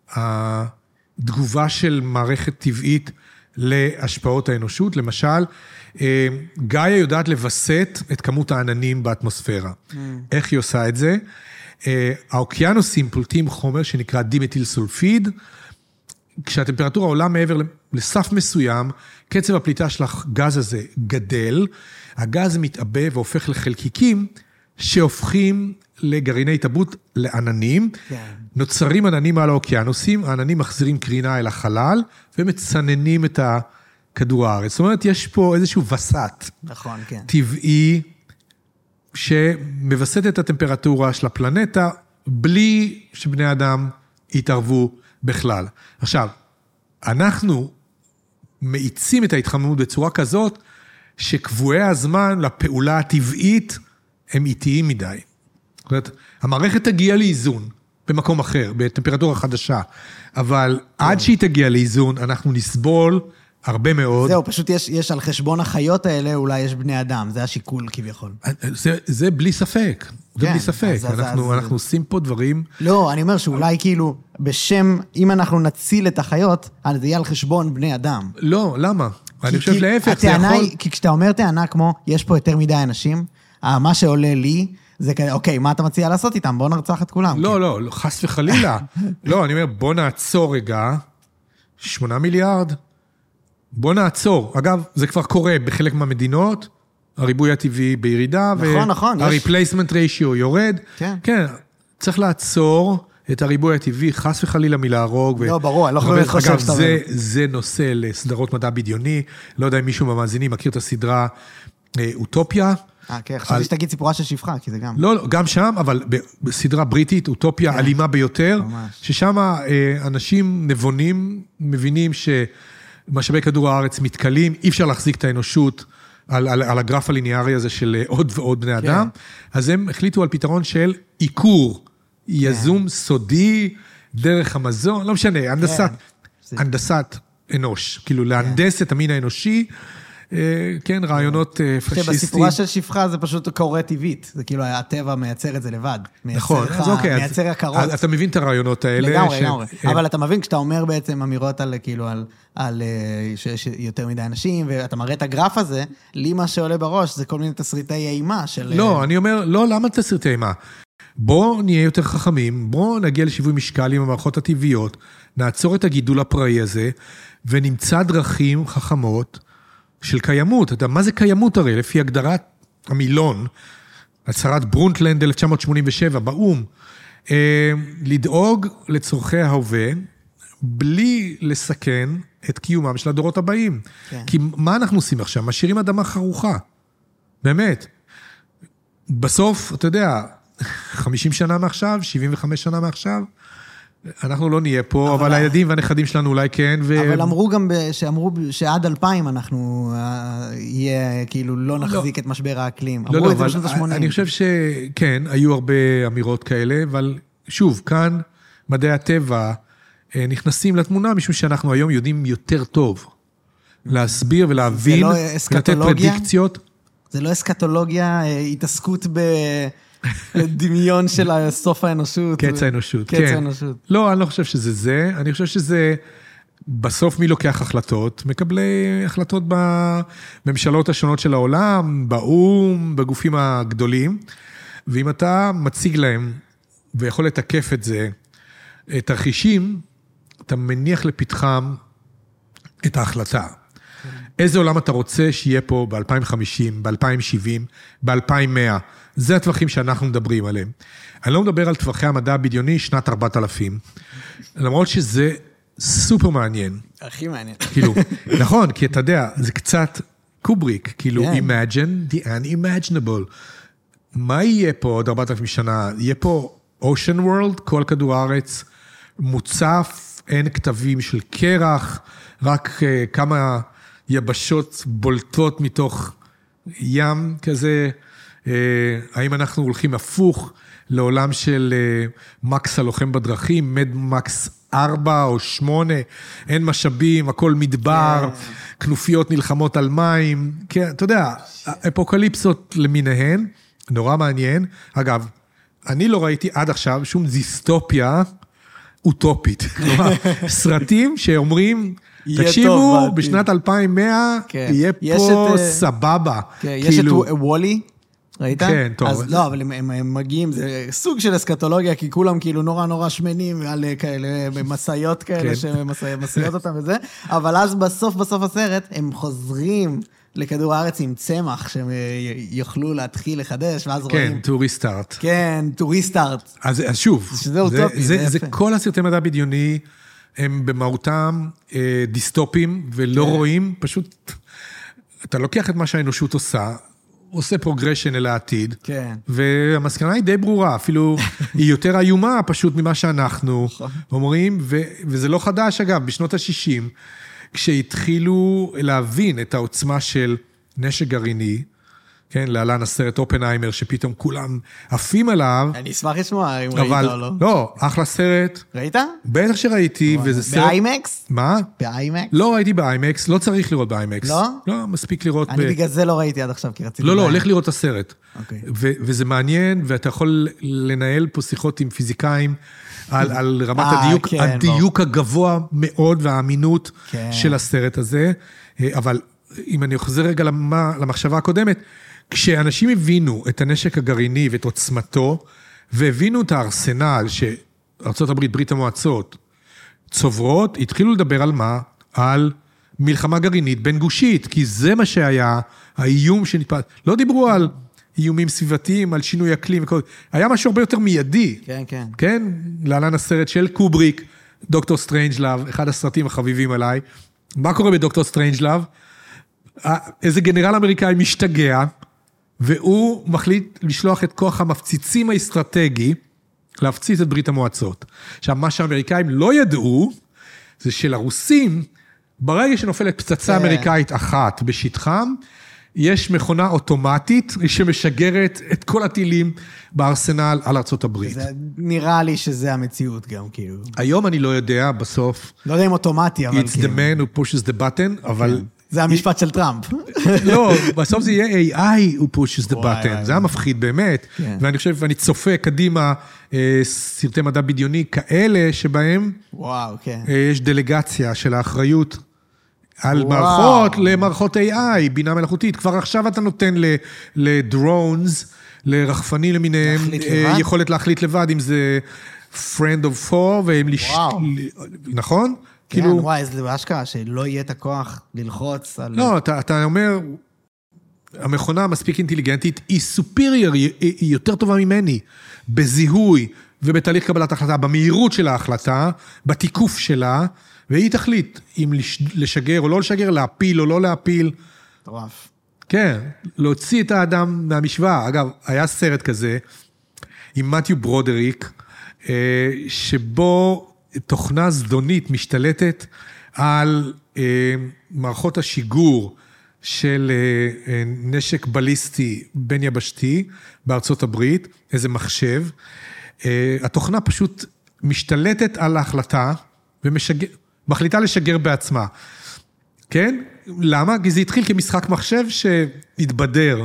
התגובה של מערכת טבעית להשפעות האנושות, למשל, גאיה יודעת לבסט את כמות העננים באטמוספירה. איך היא עושה את זה? האוקיינוסים פולטים חומר שנקרא דימתיל סולפיד, כשהטמפרטורה עולה מעבר לסף מסוים, קצב הפליטה של הגז הזה גדל, הגז מתעבה והופך לחלקיקים, שהופכים לגרעיני התאבות לעננים, נוצרים עננים על האוקיינוסים, העננים מחזירים קרינה אל החלל, ומצננים את כדור הארץ. זאת אומרת, יש פה איזשהו וסת, נכון, כן. טבעי, שמבסט את הטמפרטורה של הפלנטה, בלי שבני אדם יתערבו בכלל. עכשיו, אנחנו מאיצים את ההתחממות בצורה כזאת, שקבועי הזמן לפעולה הטבעית, הם איטיים מדי. זאת אומרת, המערכת תגיע לאיזון במקום אחר, בטמפרטורה חדשה, אבל עד שהיא תגיע לאיזון, אנחנו נסבול הרבה מאוד. זהו, פשוט יש על חשבון החיות האלה, אולי יש בני אדם, זה השיקול כביכול. זה בלי ספק, זה בלי ספק. אנחנו עושים פה דברים... לא, אני אומר שאולי כאילו, בשם, אם אנחנו נציל את החיות, אז זה יהיה על חשבון בני אדם. לא, למה? אני חושב להפך, זה יכול... כי כשאתה אומר טענה כמו, יש פה יותר מדי אנשים, מה שעולה לי, זה כזה, אוקיי, מה אתה מציע לעשות איתם? בוא נרצח את כולם. לא, חס וחלילה. לא, אני אומר, בוא נעצור רגע, 8 מיליארד, בוא נעצור. אגב, זה כבר קורה בחלק מהמדינות, הריבוי הטבעי בירידה, נכון, ה-replacement ratio יורד. כן, צריך לעצור את הריבוי הטבעי, חס וחלילה מלהרוג. לא, ברור, אני לא חושב חושב שאתה... אגב, זה נושא לסדרות מדע בדיוני, לא יודע אם מישהו במאזינים מכיר את הסדרה אוטופיה. כן, חשבתי שתגיד סיפורה של שפחה, כי זה גם... לא, גם שם, אבל בסדרה בריטית, אוטופיה אלימה ביותר, ששם אנשים נבונים, מבינים משאבי כדור הארץ מתקלים, אי אפשר להחזיק את האנושות על הגרף הליניארי הזה של עוד ועוד בני אדם, אז הם החליטו על פתרון של עיקור, יזום סודי, דרך המזון, לא משנה, הנדסת אנוש, כאילו להנדס את המין האנושי, כן, רעיונות פשיסטיים. שבסיפורה של שפחה זה פשוט קורה טבעית, זה כאילו הטבע מייצר את זה לבד. נכון, אז אוקיי. מייצר הכרות. אתה מבין את הרעיונות האלה. לגמרי. אבל אתה מבין, כשאתה אומר בעצם אמירות על, כאילו, על שיש יותר מדי אנשים, ואתה מראה את הגרף הזה, לי מה שעולה בראש זה כל מיני תסריטי אימה של... לא, אני אומר, לא, למה תסריטי אימה? בואו נהיה יותר חכמים, בואו נגיע לשיווי משקל עם המערכות הטבעיות, נעצור את הגידול הפראי הזה, ונמצא דרכים חכמות של קיימות. אתה יודע, מה זה קיימות הרי? לפי הגדרת המילון, הצהרת ברונטלנד 1987 באום, לדאוג לצורכי ההווה, בלי לסכן את קיומם של הדורות הבאים. כן. כי מה אנחנו עושים עכשיו? משאירים אדמה חרוכה. באמת. בסוף, אתה יודע, 50 שנה מעכשיו, 75 שנה מעכשיו, אנחנו לא נהיה פה, אבל הילדים והנכדים שלנו אולי כן. אבל אמרו גם שעד 2000 אנחנו יהיה, כאילו, לא נחזיק את משבר האקלים. אמרו את זה בשנות ה-80. אני חושב שכן, היו הרבה אמירות כאלה, אבל שוב, כאן מדעי הטבע נכנסים לתמונה, משום שאנחנו היום יודעים יותר טוב להסביר ולהבין, לתת פרדיקציות. זה לא אסקטולוגיה, התעסקות דמיון של סוף האנושות. קץ האנושות, כן. לא, אני לא חושב שזה זה. אני חושב שזה, בסוף מי לוקח החלטות? מקבלי החלטות בממשלות השונות של העולם, באום, בגופים הגדולים. ואם אתה מציג להם, ויכול לתקף את זה, תרחישים, אתה מניח לפתחם את ההחלטה. איזה עולם אתה רוצה שיהיה פה ב-2050, ב-2070, ב-2100? זה הטווחים שאנחנו מדברים עליהם. אני לא מדבר על טווחי המדע הבדיוני, שנת 4000. למרות שזה סופר מעניין. הכי מעניין. כאילו, נכון, כי אתה יודע, זה קצת קובריק, כאילו, imagine the unimaginable. מה יהיה פה עוד 4000 שנה? יהיה פה ocean world, כל כדור הארץ, מוצף, אין כתבים של קרח, רק כמה יבשות בולטות מתוך ים כזה, האם אנחנו הולכים הפוך לעולם של מקס הלוחם בדרכים, מד מקס 4 או 8, אין משאבים, הכל מדבר, כנופיות נלחמות על מים, כן, אתה יודע, אפוקליפסות למיניהן, נורא מעניין. אגב, אני לא ראיתי עד עכשיו שום דיסטופיה אוטופית, כלומר, סרטים שאומרים, תקשיבו, בשנת 2100 יהיה פה סבבה. יש את וולי, ראית? כן, טוב. אז לא, אבל הם מגיעים, זה סוג של אסקטולוגיה, כי כולם כאילו נורא שמנים, על כאלה מסעיות כאלה, שמסעיות אותם וזה, אבל אז בסוף הסרט, הם חוזרים לכדור הארץ עם צמח, שהם יוכלו להתחיל לחדש, ואז רואים... כן, טוריסטארט. כן, טוריסטארט. אז שוב, זה כל הסרטי מדע בדיוני, הם במהותם דיסטופים, ולא רואים, פשוט, אתה לוקח את מה שהאנושות עושה פרוגרשן אל העתיד, והמסקנה היא די ברורה, אפילו היא יותר איומה פשוט ממה שאנחנו אומרים, וזה לא חדש אגב, בשנות ה-60, כשהתחילו להבין את העוצמה של נשק גרעיני, כן, להלן הסרט אופנהיימר, שפתאום כולם עפים עליו. אני אשמח לשמוע אם ראית או לא. לא, אחלה סרט. ראית? בטח שראיתי, וזה סרט... באיימקס? מה? באיימקס? לא ראיתי באיימקס, לא צריך לראות באיימקס. לא? לא, מספיק לראות אני בגלל זה לא ראיתי עד עכשיו, כי רציתי... לא, הולך לראות את הסרט. וזה מעניין, ואתה יכול לנהל פה שיחות עם פיזיקאים, על רמת הדיוק הגבוה מאוד, והאמינות של הסרט הזה. אבל אם אני חוזר רגע למחשבה הקודמת, כשאנשים הבינו את הנשק הגרעיני ואת עוצמתו, והבינו את הארסנל שארצות הברית, ברית המועצות, צוברות, התחילו לדבר על מה? על מלחמה גרעינית בין גושית, כי זה מה שהיה האיום שנתפס. לא דיברו על איומים סביבתיים, על שינוי אקלים וכל... היה משהו הרבה יותר מיידי. כן, כן. כן? להלן הסרט של קובריק, דוקטור סטרנג'לאב, אחד הסרטים החביבים עליי. מה קורה בדוקטור סטרנג'לאב? איזה גנרל אמריקאי משתגע, והוא מחליט לשלוח את כוח המפציצים האסטרטגי, להפציץ את ברית המועצות. עכשיו, מה שהאמריקאים לא ידעו, זה שלרוסים ברגע שנופלת פצצה אמריקאית אחת בשטחם, יש מכונה אוטומטית שמשגרת את כל הטילים בארסנל על ארצות הברית. נראה לי שזה המציאות גם, כאילו. היום אני לא יודע, בסוף... לא יודע אם אוטומטי, אבל... It's the man who pushes the button, אבל... זה המשפט של טראמפ. לא, בסוף זה יהיה AI who pushes the button. זה היה מפחיד באמת. ואני חושב, ואני צופה קדימה סרטי מדע בדיוני כאלה שבהם... וואו, כן. יש דלגציה של האחריות על מערכות למערכות AI, בינה מלאכותית. כבר עכשיו אתה נותן לדרונס, לרחפנים למיניהם, יכולת להחליט לבד, אם זה friend of four, נכון? כן, וואי, זה בהשקעה, שלא יהיה את הכוח ללחוץ על... לא, אתה אומר, המכונה מספיק אינטליגנטית, היא סופריור, היא יותר טובה ממני, בזיהוי ובתהליך קבלת החלטה, במהירות של ההחלטה, בתיקוף שלה, והיא תחליט אם לשגר או לא לשגר, להפיל או לא להפיל. טרף. כן, להוציא את האדם מהמשוואה. אגב, היה סרט כזה, עם מתיו ברודריק, שבו תוכנה זדונית משתלטת על מערכות השיגור של נשק בליסטי בין יבשתי בארצות הברית, איזה מחשב. התוכנה פשוט משתלטת על ההחלטה ומחליטה לשגר בעצמה. כן? למה? כי זה התחיל כמשחק מחשב שהתבדר.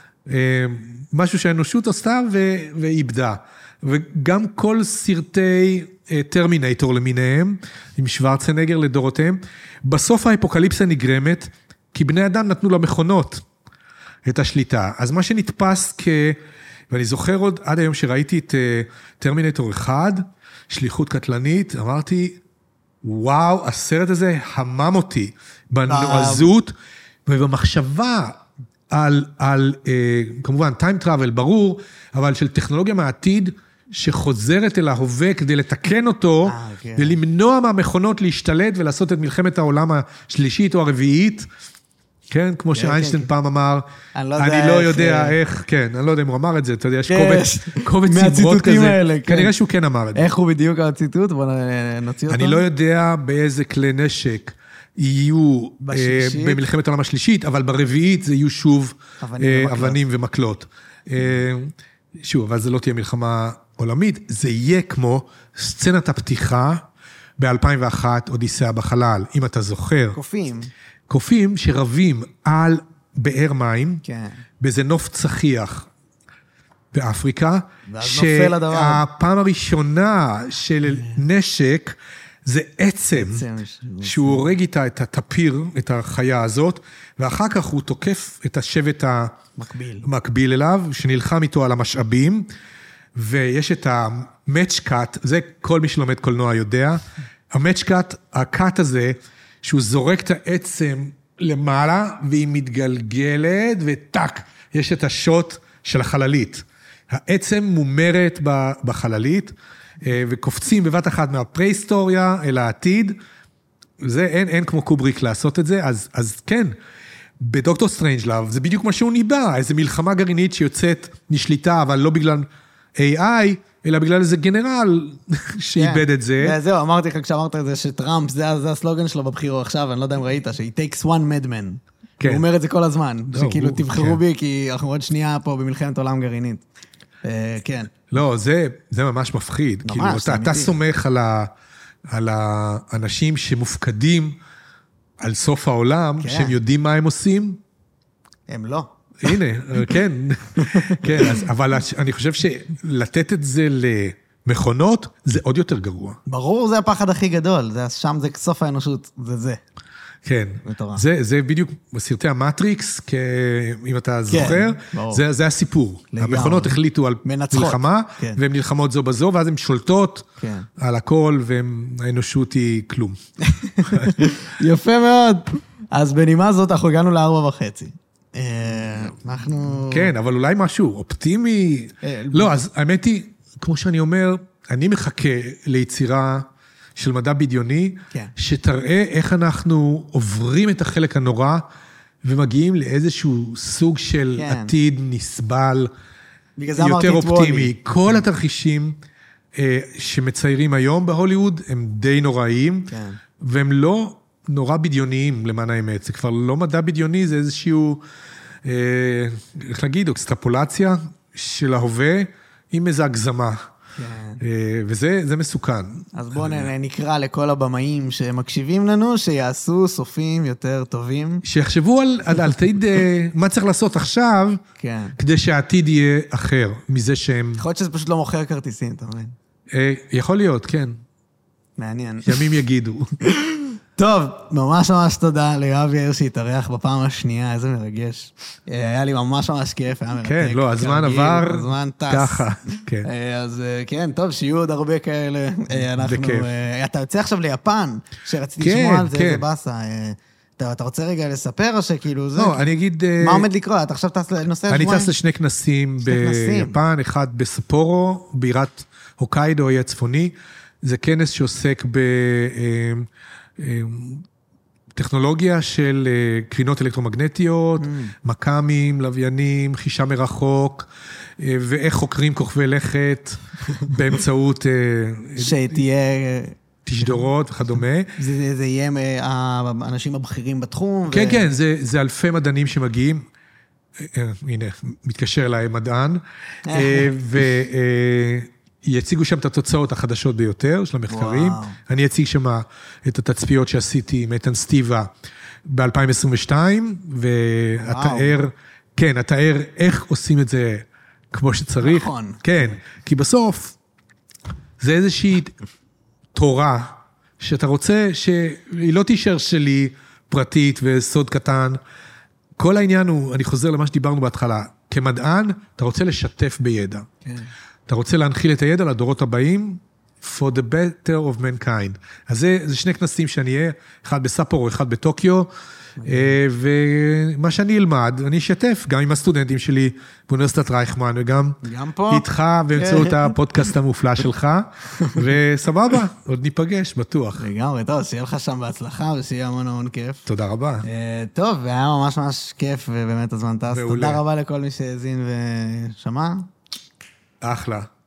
משהו שהאנושות עשתה ואיבדה. וגם כל סרטי טרמינטור למיניהם, עם שוורצנגר לדורותיהם, בסוף האפוקליפסה נגרמת, כי בני אדם נתנו למכונות את השליטה. אז מה שנתפס ואני זוכר עוד עד היום שראיתי את טרמינטור 1, שליחות קטלנית, אמרתי, וואו, הסרט הזה המם אותי, בנועזות ובמחשבה על כמובן, time travel, ברור, אבל של טכנולוגיה מהעתיד, שחוזרת אל ההווה כדי לתקן אותו, ולמנוע מהמכונות להשתלט ולעשות את מלחמת העולם השלישית או הרביעית, כן, כמו שאיינשטיין פעם אמר, אני לא יודע איך, כן, אני לא יודע אם הוא אמר את זה, אתה יודע, יש קובץ ציברות כזה, כנראה שהוא כן אמר את זה. איך הוא בדיוק הציטוט? בוא נוציא אותו. אני לא יודע באיזה כלי נשק יהיו במלחמת העולם השלישית, אבל ברביעית זה יהיו שוב אבנים ומקלות. שוב, אבל זה לא תהיה מלחמה עולמית, זה יהיה כמו סצנת הפתיחה ב-2001, אודיסאה בחלל, אם אתה זוכר. קופים שרבים על באר מים, באיזה נוף צחיח באפריקה, שהפעם הראשונה של נשק, זה עצם, שהוא הורג איתה את הטפיר, את החיה הזאת, ואחר כך הוא תוקף את השבט המקביל אליו, שנלחם איתו על המשאבים, ויש את המאצ'קאט, זה כל מי שלומד קולנוע יודע, המאצ'קאט, הקאט הזה, שהוא זורק את העצם למעלה, והיא מתגלגלת, וטק, יש את השוט של החללית. העצם מומרת בחללית, וקופצים בבת אחת מהפרה-היסטוריה אל העתיד, זה אין כמו קובריק לעשות את זה, אז כן, בדוקטור סטרנג'לאב, זה בדיוק מה שהוא ניבא, איזו מלחמה גרעינית שיוצאת נשליטה, אבל לא בגלל AI, אלא בגלל איזה גנרל שאיבד את זה. זהו, אמרתי לך כשאמרת את זה, שטראמפ, זה הסלוגן שלו בבחירות עכשיו, אני לא יודע אם ראית, ש-It takes one madman. הוא אומר את זה כל הזמן, שכאילו תבחרו בי, כי אנחנו עוד שנייה פה במלחמת עולם גרעינית. כן. לא, זה ממש מפחיד. ממש, אתה סומך על האנשים שמופקדים על סוף העולם, שהם יודעים מה הם עושים? הם לא. הנה, כן, כן, אבל אני חושב שלתת את זה למכונות, זה עוד יותר גרוע. ברור, זה הפחד הכי גדול, שם זה סוף האנושות, זה. כן, זה בדיוק בסרטי המטריקס, אם אתה זוכר, זה הסיפור. המכונות החליטו על מלחמה, והן נלחמות זו בזו, ואז הן שולטות על הכל, והאנושות היא כלום. יפה מאוד. אז בנימה זאת, אנחנו הגענו ל4.5. אנחנו... כן, אבל אולי משהו אופטימי. לא, אז האמת היא, כמו שאני אומר, אני מחכה ליצירה של מדע בדיוני, שתראה איך אנחנו עוברים את החלק הנורא, ומגיעים לאיזשהו סוג של עתיד נסבל, יותר אופטימי. כל התרחישים שמציירים היום בהוליווד, הם די נוראיים, והם לא נורא בדיוניים למען האמת. זה כבר לא מדע בדיוני, זה איזשהו, איך להגיד, אקסטרפולציה של ההווה עם איזו הגזמה. וזה מסוכן. אז בואו נקרא לכל הבמאים שמקשיבים לנו, שיעשו סופים יותר טובים. שיחשבו על עתיד, מה צריך לעשות עכשיו, כדי שהעתיד יהיה אחר, מזה שהם... יכול להיות שזה פשוט לא מוכר כרטיסים, אתה מבין? יכול להיות, כן. מעניין. ימים יגידו. טוב, ממש ממש תודה ליואב יאיר שהתארח בפעם השנייה, איזה מרגש. היה לי ממש ממש כיף, היה מרתק. כן, לא, הזמן עבר ככה. אז כן, טוב, שיהיו עוד הרבה כאלה. בכיף. אתה יוצא עכשיו ליפן, שרציתי לשמוע על זה, איזה באסה. אתה רוצה רגע לספר או שכאילו זה? לא, אני אגיד... מה עומד לקרוא? אתה עכשיו טס לנושא שבועיים? אני טס לשני כנסים ביפן, אחד בספורו, בירת הוקיידו, האי הצפוני. זה כנס שעוסק טכנולוגיה של קרינות אלקטרומגנטיות, מקמים, לוויינים, חישה מרחוק, ואיך חוקרים כוכבי לכת באמצעות... שתהיה... תשדורות וכדומה. זה יהיה האנשים הבכירים בתחום? כן, כן, זה אלפי מדענים שמגיעים. הנה, מתקשר אליי מדען. יציגו שם את התוצאות החדשות ביותר של המחקרים. אני אציג שם את התצפיות שעשיתי עם איתן סטיבה ב-2022, והתאר, כן, התאר איך עושים את זה כמו שצריך. נכון. כן, כי בסוף זה איזושהי תורה שאתה רוצה שהיא לא תישאר שלי פרטית וסוד קטן. כל העניין הוא, אני חוזר למה שדיברנו בהתחלה, כמדען אתה רוצה לשתף בידע. כן. אתה רוצה להנחיל את הידע לדורות הבאים, for the better of mankind. אז זה שני כנסים שאני אהיה, אחד בספורו, אחד בטוקיו, ומה שאני אלמד, אני אשתף גם עם הסטודנטים שלי באוניברסיטת רייכמן, וגם איתך באמצעות הפודקאסט המופלא שלך, וסבבה, עוד ניפגש, בטוח. לגמרי, טוב, שיהיה לך שם בהצלחה, ושיהיה המון המון כיף. תודה רבה. טוב, והיה ממש ממש כיף, ובאמת הזמן טס. תודה רבה לכל מי שהאזין ושמע. אחלה.